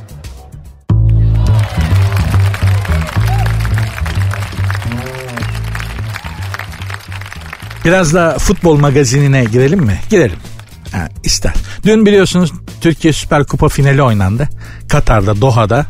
Biraz da futbol magazinine girelim mi? Girelim. İster. Dün biliyorsunuz Türkiye Süper Kupa finali oynandı. Katar'da, Doha'da.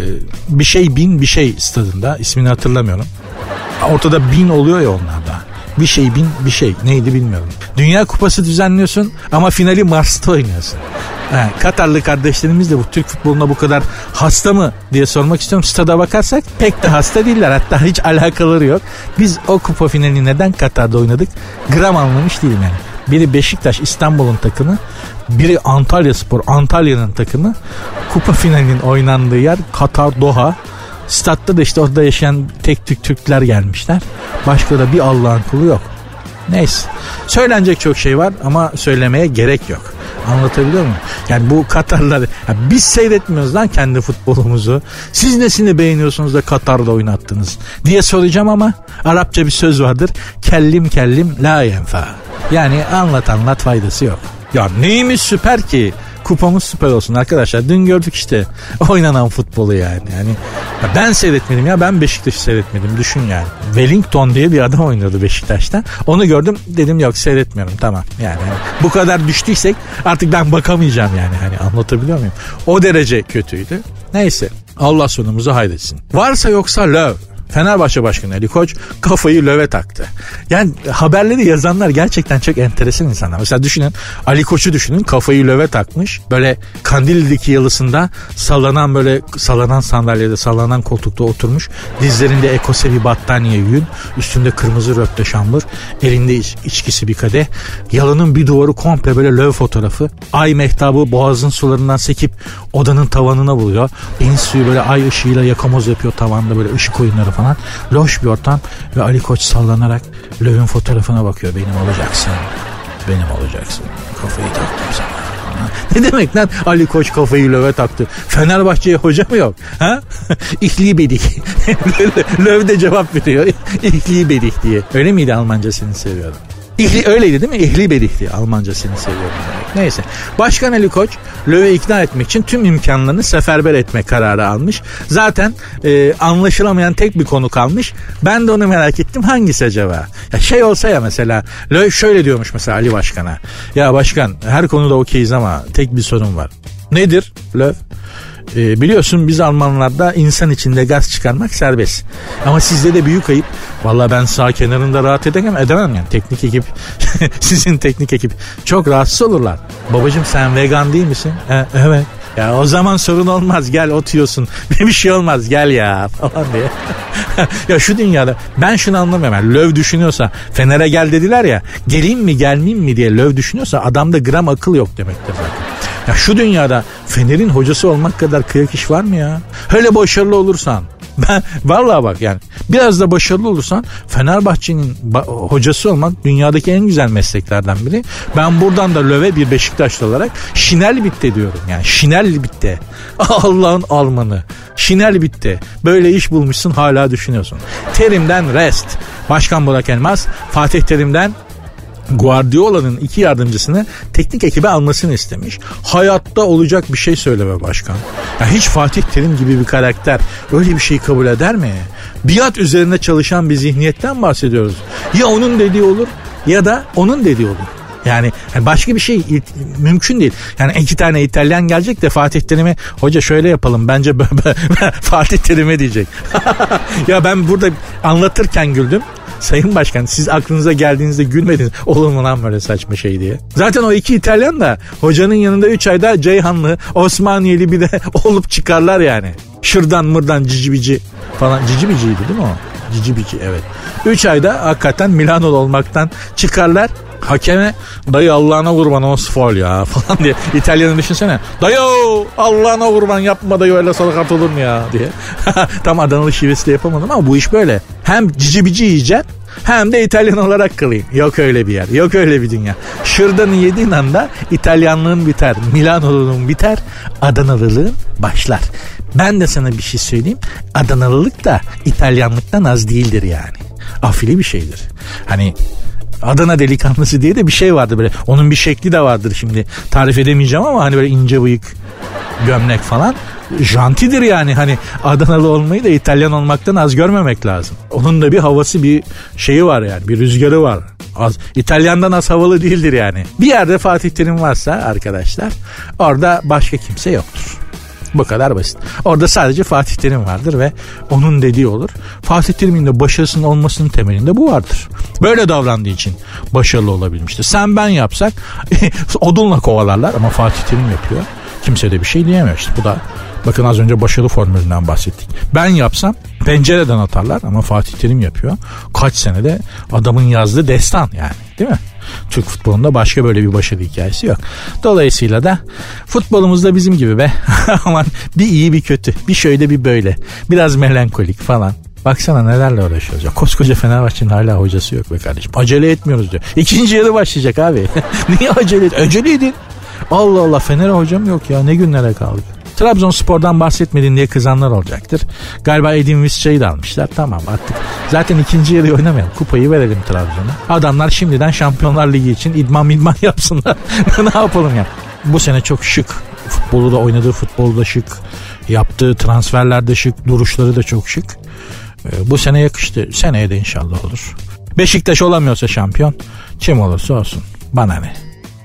Bir şey stadında, ismini hatırlamıyorum. Ortada 1000 oluyor ya onlarda. Bir şey bin bir şey. Neydi bilmiyorum. Dünya Kupası düzenliyorsun ama finali Mars'ta oynuyorsun. Katarlı kardeşlerimiz de bu Türk futboluna bu kadar hasta mı diye sormak istiyorum. Stada bakarsak pek de hasta değiller. Hatta hiç alakaları yok. Biz o kupa finalini neden Katar'da oynadık? Gram anlamış değilim yani. Biri Beşiktaş İstanbul'un takımı, biri Antalyaspor Antalya'nın takımı. Kupa finalinin oynandığı yer Katar Doha. Statta da işte orada yaşayan tek tük Türkler gelmişler. Başka da bir Allah'ın kulu yok. Neyse. Söylenecek çok şey var ama söylemeye gerek yok. Anlatabiliyor muyum? Yani bu Katarlar, biz seyretmiyoruz lan kendi futbolumuzu. Siz nesini beğeniyorsunuz da Katar'da oynattınız diye soracağım ama Arapça bir söz vardır. Kellim kellim la yenfa. Yani anlat faydası yok. Ya neyimiz süper ki? Kupamız süper olsun arkadaşlar. Dün gördük işte oynanan futbolu yani. Ben seyretmedim ya, ben Beşiktaş'ı seyretmedim, düşün yani. Wellington diye bir adam oynuyordu Beşiktaş'ta. Onu gördüm, dedim yok seyretmiyorum, tamam. Yani bu kadar düştüysek artık ben bakamayacağım yani. Anlatabiliyor muyum? O derece kötüydü. Neyse, Allah sonumuzu hayretsin. Varsa yoksa löv. Fenerbahçe Başkanı Ali Koç kafayı löve taktı. Yani haberleri yazanlar gerçekten çok enteresan insanlar. Mesela düşünün, Ali Koç'u düşünün, kafayı löve takmış. Böyle Kandilli'deki yalısında sallanan sandalyede, sallanan koltukta oturmuş. Dizlerinde ekose bir battaniye yün. Üstünde kırmızı röpte şambur. Elinde içkisi bir kadeh. Yalının bir duvarı komple böyle löv fotoğrafı. Ay mehtabı boğazın sularından sekip odanın tavanına buluyor. Deniz suyu böyle ay ışığıyla yakamoz yapıyor tavanda, böyle ışık oyunları falan. Loş bir ortam ve Ali Koç sallanarak Löw'ün fotoğrafına bakıyor. Benim olacaksın. Kafayı taktım sana. Ne demek lan Ali Koç kafayı Löw'e taktı? Fenerbahçe'ye hoca mı yok? Ha? İhli bedik. Löw de cevap veriyor. İhli bedik diye. Öyle miydi Almanca seni seviyorum? Öyleydi değil mi? İhli bedikti. Almanca seni seviyorum demek. Neyse. Başkan Ali Koç Löw'ü ikna etmek için tüm imkanlarını seferber etme kararı almış. Zaten anlaşılamayan tek bir konu kalmış. Ben de onu merak ettim. Hangisi acaba? Ya olsa ya mesela Löw şöyle diyormuş mesela Ali Başkan'a. Ya başkan, her konuda okeyiz ama tek bir sorun var. Nedir Löw? Biliyorsun biz Almanlarda insan içinde gaz çıkarmak serbest. Ama sizde de büyük ayıp. Vallahi ben sağ kenarında rahat edemem yani. Teknik ekip, sizin teknik ekip çok rahatsız olurlar. Babacığım sen vegan değil misin? Evet. Ya o zaman sorun olmaz, gel otuyorsun. Bir şey olmaz, gel ya falan diye. Ya şu dünyada ben şunu anlamıyorum. Yani Löw düşünüyorsa, Fener'e gel dediler ya, geleyim mi gelmeyeyim mi diye Löw düşünüyorsa adamda gram akıl yok demektir zaten. Ya şu dünyada Fener'in hocası olmak kadar kıyak iş var mı ya? Öyle başarılı olursan, ben vallahi bak yani biraz da başarılı olursan Fenerbahçe'nin hocası olmak dünyadaki en güzel mesleklerden biri. Ben buradan da Löw'e bir Beşiktaşlı olarak şinel bitti diyorum. Yani şinel bitti. Allah'ın Almanı. Şinel bitti. Böyle iş bulmuşsun, hala düşünüyorsun. Terim'den rest. Başkan Burak Elmas Fatih Terim'den Guardiola'nın 2 yardımcısını teknik ekibe almasını istemiş. Hayatta olacak bir şey söyleme başkan. Ya hiç Fatih Terim gibi bir karakter öyle bir şeyi kabul eder mi? Biat üzerine çalışan bir zihniyetten bahsediyoruz. Ya onun dediği olur ya da onun dediği olur. Yani başka bir şey mümkün değil. Yani 2 tane İtalyan gelecek de Fatih Terim'e hoca şöyle yapalım bence Fatih Terim'e diyecek. Ya ben burada anlatırken güldüm. Sayın Başkan, siz aklınıza geldiğinizde gülmediniz. Olur mu lan böyle saçma şey diye. Zaten o 2 İtalyan da hocanın yanında 3 ayda Ceyhanlı, Osmaniyeli bir de olup çıkarlar yani. Şırdan mırdan cicibici falan. Cicibiciydi değil mi o? Cicibici, evet. 3 ayda hakikaten Milanolu olmaktan çıkarlar. Hakeme dayı Allah'ına kurban o faul ya falan diye. İtalyanı düşünsene. Dayı Allah'ına kurban yapma dayı, öyle salakat olur mu ya diye. Tam Adanalı şivesi de yapamadım ama bu iş böyle. Hem cicibici yiyeceksin hem de İtalyan olarak kalayım. Yok öyle bir yer. Yok öyle bir dünya. Şırdanı yediğin anda İtalyanlığın biter. Milanoluluğun biter. Adanalılığın başlar. Ben de sana bir şey söyleyeyim. Adanalılık da İtalyanlıktan az değildir yani. Afili bir şeydir. Hani Adana delikanlısı diye de bir şey vardı böyle. Onun bir şekli de vardır şimdi. Tarif edemeyeceğim ama hani böyle ince bıyık, gömlek falan. Jantidir yani, hani Adanalı olmayı da İtalyan olmaktan az görmemek lazım. Onun da bir havası, bir şeyi var yani, bir rüzgarı var. İtalyandan az havalı değildir yani. Bir yerde Fatih Terim varsa arkadaşlar, orada başka kimse yoktur. Bu kadar basit. Orada sadece Fatih Terim vardır ve onun dediği olur. Fatih Terim'in de başarısının olmasının temelinde bu vardır. Böyle davrandığı için başarılı olabilmiştir. Sen ben yapsak odunla kovalarlar ama Fatih Terim yapıyor. Kimse de bir şey diyemiyor işte. Bu da bakın az önce başarı formülünden bahsettik. Ben yapsam pencereden atarlar ama Fatih Terim yapıyor. Kaç senede adamın yazdığı destan yani, değil mi? Türk futbolunda başka böyle bir başarı hikayesi yok. Dolayısıyla da futbolumuzda bizim gibi be. Aman bir iyi bir kötü. Bir şöyle bir böyle. Biraz melankolik falan. Baksana nelerle uğraşıyoruz ya. Koskoca Fenerbahçe'nin hala hocası yok be kardeşim. Acele etmiyoruz diyor. İkinci yarı başlayacak abi. Niye acele et? Acele edin. Allah Allah, Fener'e hocam yok ya. Ne günlere kaldık. Trabzonspor'dan bahsetmedin diye kızanlar olacaktır. Galiba Edin Visca'yı da almışlar. Tamam artık. Zaten ikinci yarı oynamayalım. Kupayı verelim Trabzon'a. Adamlar şimdiden Şampiyonlar Ligi için idman yapsınlar. Ne yapalım ya. Bu sene çok şık. Futbolu da oynadığı futbolu da şık. Yaptığı transferler de şık. Duruşları da çok şık. Bu sene yakıştı. Seneye de inşallah olur. Beşiktaş olamıyorsa şampiyon, kim olursa olsun. Bana ne?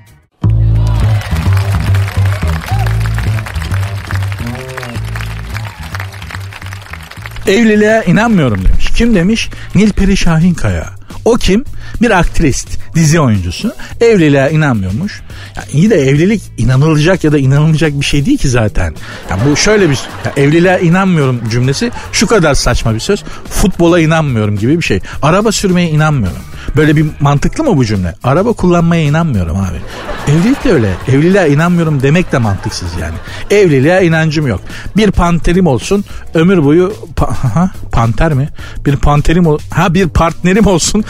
Evliliğe inanmıyorum demiş. Kim demiş? Nilperi Şahinkaya. O kim? Bir aktrist, dizi oyuncusu. Evliliğe inanmıyormuş. Ya iyi de evlilik inanılacak ya da inanılmayacak bir şey değil ki zaten. Ya bu şöyle bir evliliğe inanmıyorum cümlesi şu kadar saçma bir söz. Futbola inanmıyorum gibi bir şey. Araba sürmeye inanmıyorum. Böyle bir mantıklı mı bu cümle? Araba kullanmaya inanmıyorum abi. Evlilik de öyle. Evliliğe inanmıyorum demek de mantıksız yani. Evliliğe inancım yok. Bir panterim olsun ömür boyu panter mi? Bir partnerim olsun.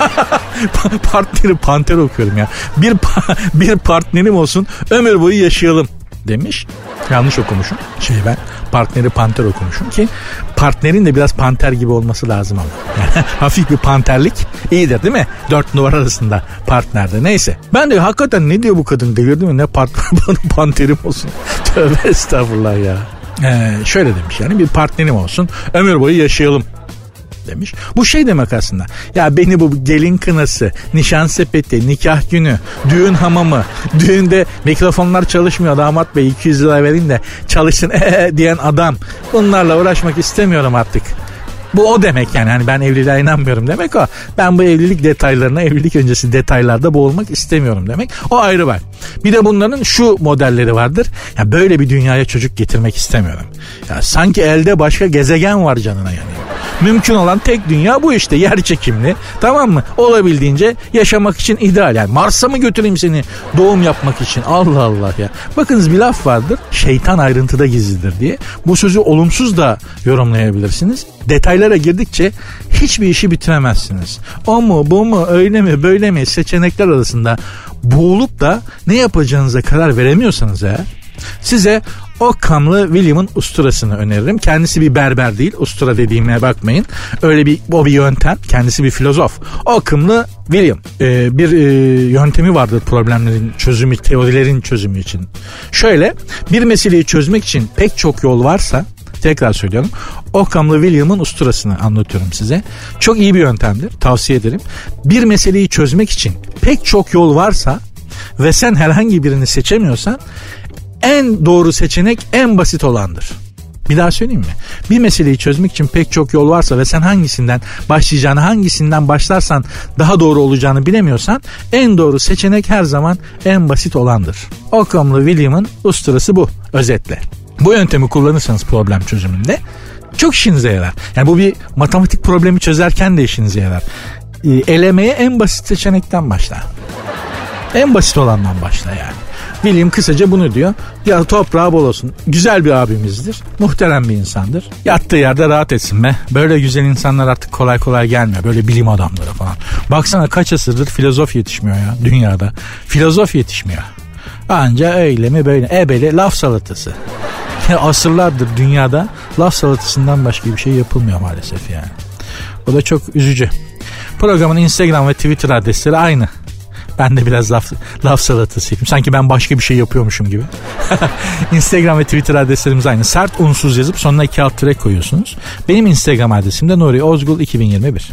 Panter okuyorum ya. Bir partnerim olsun ömür boyu yaşayalım demiş. Yanlış okumuşum. Ben partneri panter okumuşum ki partnerin de biraz panter gibi olması lazım ama. Yani hafif bir panterlik iyidir değil mi? 4 numara arasında partnerde. Neyse. Ben de hakikaten ne diyor bu kadın, delirdi mi? Ne panterim olsun. Tövbe estağfurullah ya. Şöyle demiş yani, bir partnerim olsun ömür boyu yaşayalım demiş. Bu şey demek aslında. Ya beni bu gelin kınası, nişan sepeti, nikah günü, düğün hamamı, düğünde mikrofonlar çalışmıyor, damat bey 200 lira verin de çalışsın diyen adam. Bunlarla uğraşmak istemiyorum artık. Bu o demek yani. Hani ben evliliğe inanmıyorum demek o. Ben bu evlilik detaylarına, evlilik öncesi detaylarda boğulmak istemiyorum demek. O ayrı var. Bir de bunların şu modelleri vardır. Ya böyle bir dünyaya çocuk getirmek istemiyorum. Ya sanki elde başka gezegen var canına yanıyor. Mümkün olan tek dünya bu işte, yer çekimli. Tamam mı? Olabildiğince yaşamak için ideal. Yani Mars'a mı götüreyim seni doğum yapmak için? Allah Allah ya. Bakınız bir laf vardır. Şeytan ayrıntıda gizlidir diye. Bu sözü olumsuz da yorumlayabilirsiniz. Detaylara girdikçe hiçbir işi bitiremezsiniz. O mu, bu mu, öyle mi, böyle mi seçenekler arasında boğulup da ne yapacağınıza karar veremiyorsanız eğer, size Occam'lı William'ın usturasını öneririm. Kendisi bir berber değil, ustura dediğime bakmayın. Öyle bir yöntem. Kendisi bir filozof. Occam'lı William. Bir yöntemi vardır problemlerin çözümü, teorilerin çözümü için. Şöyle, bir meseleyi çözmek için pek çok yol varsa, tekrar söylüyorum, Occam'lı William'ın usturasını anlatıyorum size. Çok iyi bir yöntemdir. Tavsiye ederim. Bir meseleyi çözmek için pek çok yol varsa ve sen herhangi birini seçemiyorsan, en doğru seçenek en basit olandır. Bir daha söyleyeyim mi? Bir meseleyi çözmek için pek çok yol varsa ve sen hangisinden başlayacağını, hangisinden başlarsan daha doğru olacağını bilemiyorsan, en doğru seçenek her zaman en basit olandır. Occam'lı William'ın usturası bu, özetle. Bu yöntemi kullanırsanız problem çözümünde çok işinize yarar. Yani bu bir matematik problemi çözerken de işinize yarar. Elemeye en basit seçenekten başla. En basit olandan başla yani. William kısaca bunu diyor. Ya toprağı bol olsun. Güzel bir abimizdir. Muhterem bir insandır. Yattığı yerde rahat etsin be. Böyle güzel insanlar artık kolay kolay gelmiyor. Böyle bilim adamları falan. Baksana kaç asırdır filozof yetişmiyor ya dünyada. Filozof yetişmiyor. Anca öyle mi böyle ebeli laf salatası. Asırlardır dünyada laf salatasından başka bir şey yapılmıyor maalesef yani. Bu da çok üzücü. Programın Instagram ve Twitter adresleri aynı. Ben de biraz laf salatası yapayım. Sanki ben başka bir şey yapıyormuşum gibi. Instagram ve Twitter adreslerimiz aynı. Sert unsuz yazıp sonuna 2 alt tire koyuyorsunuz. Benim Instagram adresim de Nuri Ozgul 2021.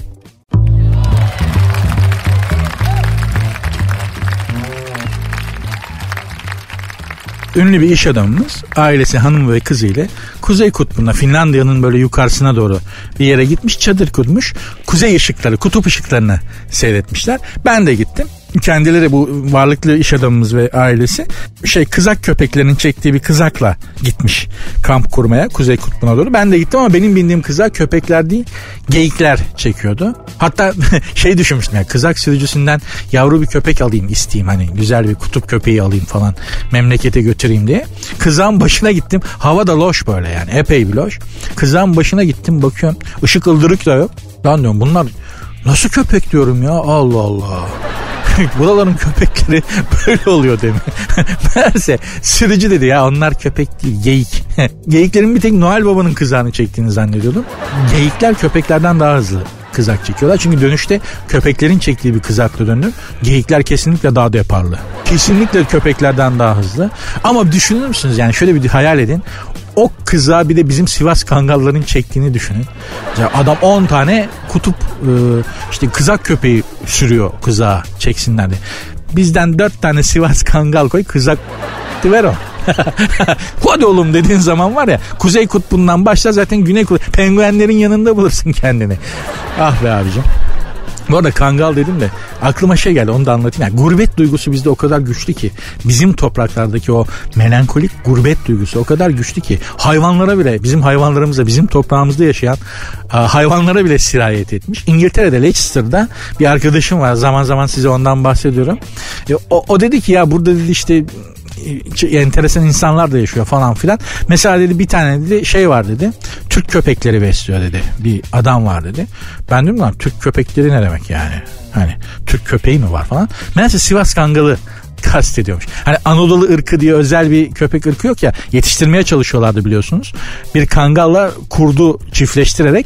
ünlü bir iş adamımız ailesi, hanım ve kızıyla Kuzey Kutbu'na, Finlandiya'nın böyle yukarısına doğru bir yere gitmiş, çadır kurmuş. Kuzey ışıkları, kutup ışıklarını seyretmişler. Ben de gittim. Kendileri, bu varlıklı iş adamımız ve ailesi kızak köpeklerinin çektiği bir kızakla gitmiş kamp kurmaya Kuzey Kutbu'na doğru. Ben de gittim ama benim bindiğim kızak köpekler değil, geyikler çekiyordu. Hatta düşünmüştüm ya, kızak sürücüsünden yavru bir köpek alayım, isteyeyim, hani güzel bir kutup köpeği alayım falan, memlekete götüreyim diye. Kızağın başına gittim. Hava da loş böyle, yani epey bir loş. Kızağın başına gittim, bakıyorum ışık ıldırık da yok. Lan diyorum, bunlar nasıl köpek diyorum ya, Allah Allah. Buraların köpekleri böyle oluyor değil mi? Meğerse sürücü dedi ya, onlar köpek değil, geyik. Geyiklerin bir tek Noel Baba'nın kızağını çektiğini zannediyordum. Geyikler köpeklerden daha hızlı kızak çekiyorlar. Çünkü dönüşte köpeklerin çektiği bir kızakla döndüm. Geyikler kesinlikle daha deparlı. Kesinlikle köpeklerden daha hızlı. Ama düşünür müsünüz, yani şöyle bir hayal edin. O kızağı bir de bizim Sivas Kangalların çektiğini düşünün. Adam 10 tane kutup kızak köpeği sürüyor kızağa çeksinler diye. Bizden 4 tane Sivas Kangal koy, kızak ver o. Hadi oğlum dediğin zaman var ya, Kuzey Kutbu'ndan başla, zaten Güney Kutbu, penguenlerin yanında bulursun kendini. Ah be abicim. Bu arada kangal dedim de aklıma geldi, onu da anlatayım. Yani gurbet duygusu bizde o kadar güçlü ki, bizim topraklardaki o melankolik gurbet duygusu o kadar güçlü ki hayvanlara bile, bizim hayvanlarımıza, bizim toprağımızda yaşayan hayvanlara bile sirayet etmiş. İngiltere'de, Leicester'da bir arkadaşım var, zaman zaman size ondan bahsediyorum. O dedi ki ya, burada dedi enteresan insanlar da yaşıyor falan filan. Mesela dedi bir tane dedi var dedi, Türk köpekleri besliyor dedi. Bir adam var dedi. Ben dedim lan, Türk köpekleri ne demek yani? Hani Türk köpeği mi var falan. Meğerse Sivas Kangalı kastediyormuş. Hani Anadolu ırkı diye özel bir köpek ırkı yok ya, yetiştirmeye çalışıyorlardı biliyorsunuz. Bir kangalla kurdu çiftleştirerek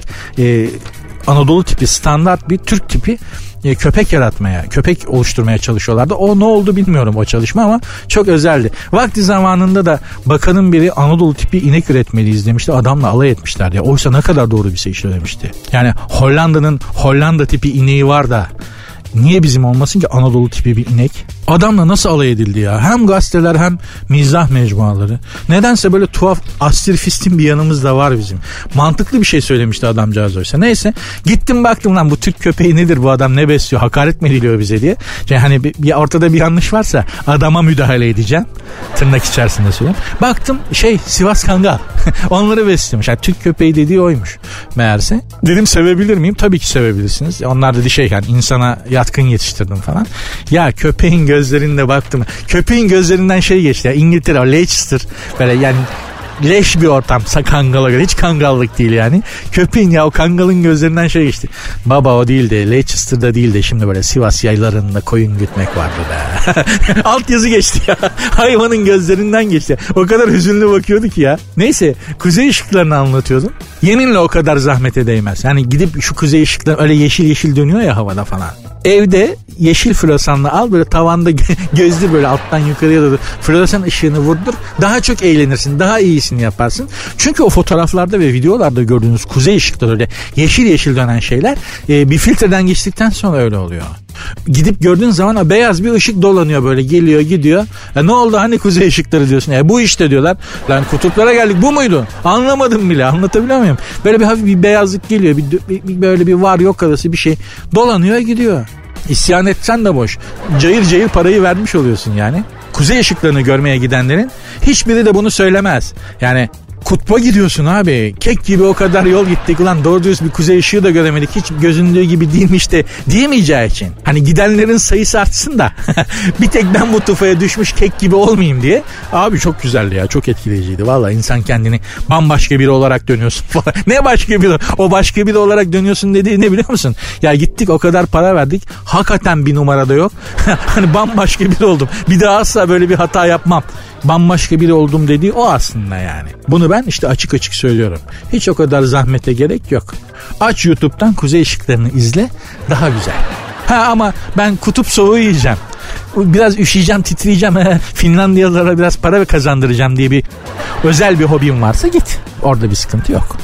Anadolu tipi, standart bir Türk tipi köpek yaratmaya, köpek oluşturmaya çalışıyorlardı. O ne oldu bilmiyorum o çalışma, ama çok özeldi. Vakti zamanında da bakanın biri Anadolu tipi inek üretmeliyiz demişti. Adamla alay etmişlerdi. Oysa ne kadar doğru bir şey söylemişti. Yani Hollanda'nın Hollanda tipi ineği var da niye bizim olmasın ki Anadolu tipi bir inek? Adamla nasıl alay edildi ya? Hem gazeteler hem mizah mecmuaları. Nedense böyle tuhaf astrifistin bir yanımız da var bizim. Mantıklı bir şey söylemişti adamcağız oysa. Neyse, gittim baktım lan, bu Türk köpeği nedir, bu adam ne besliyor, hakaret mi ediliyor bize diye. Yani hani bir ortada bir yanlış varsa adama müdahale edeceğim. Tırnak içerisinde söylüyorum. Baktım Sivas Kangal. Onları besliyormuş. Yani Türk köpeği dediği oymuş meğerse. Dedim sevebilir miyim? Tabii ki sevebilirsiniz. Onlar dedi yani insana yatkın yetiştirdim falan. Ya köpeğin gözlerinde baktım. Köpeğin gözlerinden geçti ya. İngiltere, Leicester böyle yani leş bir ortam kangala göre. Hiç kangallık değil yani. Köpeğin o kangalın gözlerinden geçti. Baba o değil de, Leicester'da değil de, şimdi böyle Sivas yaylarında koyun gütmek vardı be. Alt yazı geçti ya. Hayvanın gözlerinden geçti. O kadar hüzünlü bakıyordu ki ya. Neyse, kuzey ışıklarını anlatıyordum. Yeminle o kadar zahmete değmez. Yani gidip şu kuzey ışıkları öyle yeşil yeşil dönüyor ya havada falan. Evde yeşil floresanla al, böyle tavanda gözlü böyle alttan yukarıya doğru floresan ışığını vurdur. Daha çok eğlenirsin, daha iyisini yaparsın. Çünkü o fotoğraflarda ve videolarda gördüğünüz kuzey ışıkları, öyle yeşil yeşil dönen şeyler bir filtreden geçtikten sonra öyle oluyor. Gidip gördüğün zaman beyaz bir ışık dolanıyor, böyle geliyor gidiyor. Ne oldu hani kuzey ışıkları diyorsun. Bu işte diyorlar. Lan kutuplara geldik, bu muydu? Anlamadım bile, anlatabiliyor muyum? Böyle bir hafif bir beyazlık geliyor. Böyle bir var yok arası bir şey dolanıyor gidiyor. İsyan etsen de boş. Cayır cayır parayı vermiş oluyorsun yani. Kuzey ışıklarını görmeye gidenlerin hiçbiri de bunu söylemez. Yani kutba gidiyorsun abi. Kek gibi o kadar yol gittik. Ulan doğru düz bir kuzey ışığı da göremedik. Hiç gözündüğü gibi değilmiş de diyemeyeceği için. Hani gidenlerin sayısı artsın da bir tek ben bu tufaya düşmüş kek gibi olmayayım diye. Abi çok güzeldi ya. Çok etkileyiciydi. Vallahi insan kendini bambaşka biri olarak dönüyorsun falan. Ne başka biri? O başka biri olarak dönüyorsun dediği ne biliyor musun? Ya gittik o kadar para verdik. Hakikaten bir numarada yok. Hani bambaşka biri oldum. Bir daha asla böyle bir hata yapmam. Bambaşka biri oldum dediği o aslında yani. Bunu ben açık açık söylüyorum. Hiç o kadar zahmete gerek yok. Aç YouTube'dan kuzey ışıklarını izle, daha güzel. Ama ben kutup soğuğu yiyeceğim, biraz üşüyeceğim, titreyeceğim, Finlandiyalılara biraz para kazandıracağım diye bir özel bir hobim varsa git. Orada bir sıkıntı yok.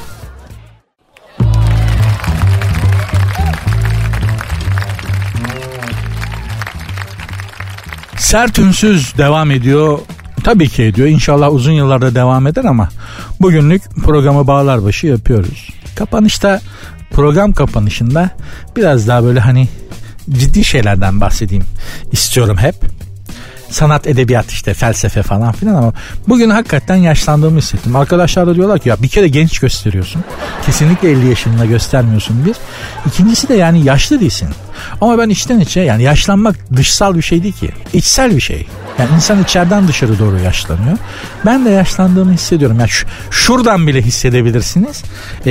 Sert Ünsüz devam ediyor. Tabii ki ediyor. İnşallah uzun yıllarda devam eder ama bugünlük programı Bağlarbaşı yapıyoruz. Program kapanışında biraz daha böyle hani ciddi şeylerden bahsedeyim istiyorum hep. Sanat, edebiyat işte, felsefe falan filan ama bugün hakikaten yaşlandığımı hissettim. Arkadaşlar da diyorlar ki ya bir kere genç gösteriyorsun. Kesinlikle 50 yaşında göstermiyorsun bir. İkincisi de yani yaşlı değilsin. Ama ben içten içe, yani yaşlanmak dışsal bir şey değil ki. İçsel bir şey. Yani insan içeriden dışarı doğru yaşlanıyor. Ben de yaşlandığımı hissediyorum. Yani şuradan bile hissedebilirsiniz.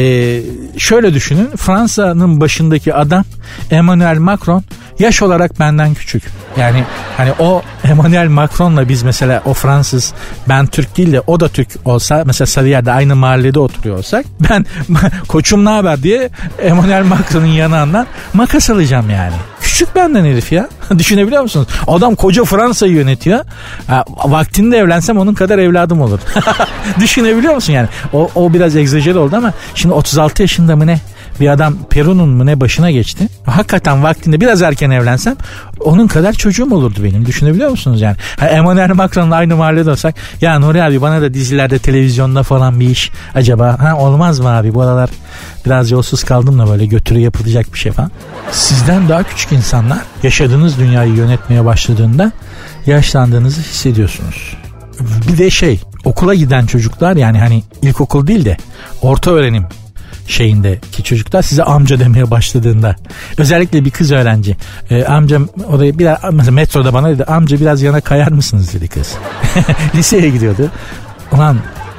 Şöyle düşünün. Fransa'nın başındaki adam Emmanuel Macron yaş olarak benden küçük. Yani hani o Emmanuel Macron'la biz mesela, o Fransız, ben Türk değil de o da Türk olsa, mesela Sarıyer'de aynı mahallede oturuyor olsak, ben koçum ne haber diye Emmanuel Macron'un yanağından makas alacağım yani. Küçük benden herif ya. Düşünebiliyor musunuz? Adam koca Fransa'yı yönetiyor. Vaktinde evlensem onun kadar evladım olur. Düşünebiliyor musun yani? O biraz egzajere oldu ama şimdi 36 yaşında mı ne? Bir adam Peru'nun mu ne başına geçti. Hakikaten vaktinde biraz erken evlensem onun kadar çocuğum olurdu benim. Düşünebiliyor musunuz yani? Emmanuel Macron'la aynı mahallede olsak, ya Nuri abi bana da dizilerde, televizyonda falan bir iş acaba olmaz mı abi? Bu aralar biraz yolsuz kaldım da böyle götürü yapılacak bir şey falan. Sizden daha küçük insanlar yaşadığınız dünyayı yönetmeye başladığında yaşlandığınızı hissediyorsunuz. Bir de okula giden çocuklar, yani hani ilkokul değil de orta öğrenim şeyindeki çocuklar size amca demeye başladığında, özellikle bir kız öğrenci, amcam oraya biraz, mesela metroda bana dedi, amca biraz yana kayar mısınız dedi kız. Liseye gidiyordu. Ulan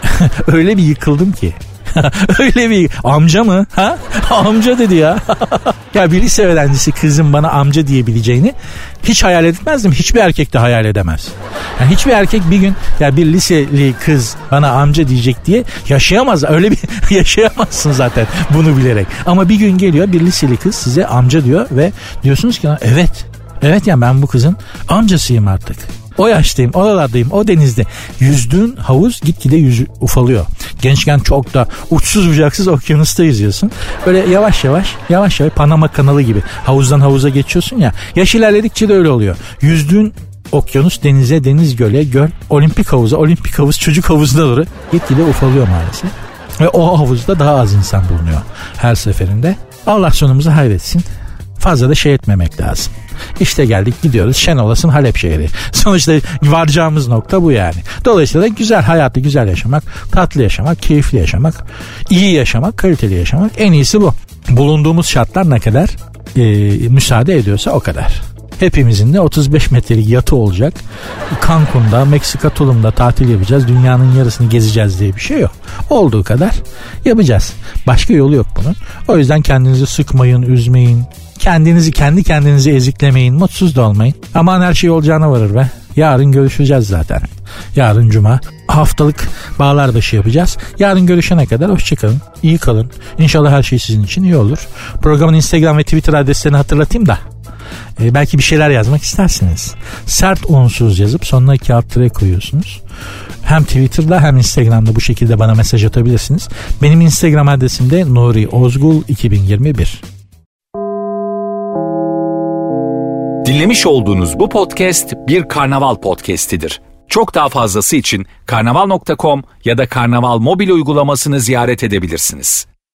öyle bir yıkıldım ki. Öyle bir amca mı? Ha? Amca dedi ya. Ya bir lise öğrencisi kızın bana amca diyebileceğini hiç hayal etmezdim. Hiçbir erkek de hayal edemez. Yani hiçbir erkek bir gün ya bir liseli kız bana amca diyecek diye yaşayamaz. Öyle bir yaşayamazsın zaten bunu bilerek. Ama bir gün geliyor bir liseli kız size amca diyor ve diyorsunuz ki evet. Evet yani ben bu kızın amcasıyım artık. O yaştayım, oralardayım, o denizde. Yüzdüğün havuz gitgide ufalıyor. Gençken çok da uçsuz bucaksız okyanusta yüzüyorsun. Böyle yavaş yavaş Panama kanalı gibi havuzdan havuza geçiyorsun ya. Yaş ilerledikçe de öyle oluyor. Yüzdüğün okyanus denize, deniz göle, göl, olimpik havuz çocuk havuzuna doğru gitgide ufalıyor maalesef. Ve o havuzda daha az insan bulunuyor her seferinde. Allah sonumuzu hayretsin. Fazla da etmemek lazım. İşte geldik gidiyoruz şen olasın Halep şehri. Sonuçta varacağımız nokta bu yani. Dolayısıyla güzel hayatı güzel yaşamak, tatlı yaşamak, keyifli yaşamak, iyi yaşamak, kaliteli yaşamak, en iyisi bu. Bulunduğumuz şartlar ne kadar müsaade ediyorsa o kadar. Hepimizin de 35 metrelik yatı olacak. Cancun'da, Meksika Tulum'da tatil yapacağız. Dünyanın yarısını gezeceğiz diye bir şey yok. Olduğu kadar yapacağız. Başka yolu yok bunun. O yüzden kendinizi sıkmayın, üzmeyin. Kendi kendinizi eziklemeyin, mutsuz da olmayın. Aman her şey olacağına varır be. Yarın görüşeceğiz zaten. Yarın cuma. Haftalık Bağlarbaşı yapacağız. Yarın görüşene kadar hoşçakalın. İyi kalın. İnşallah her şey sizin için iyi olur. Programın Instagram ve Twitter adreslerini hatırlatayım da. Belki bir şeyler yazmak istersiniz. Sert unsuz yazıp sonuna 2 alt tire koyuyorsunuz. Hem Twitter'da hem Instagram'da bu şekilde bana mesaj atabilirsiniz. Benim Instagram adresim de Nuri Ozgul 2021. Dinlemiş olduğunuz bu podcast bir Karnaval podcastidir. Çok daha fazlası için karnaval.com ya da Karnaval mobil uygulamasını ziyaret edebilirsiniz.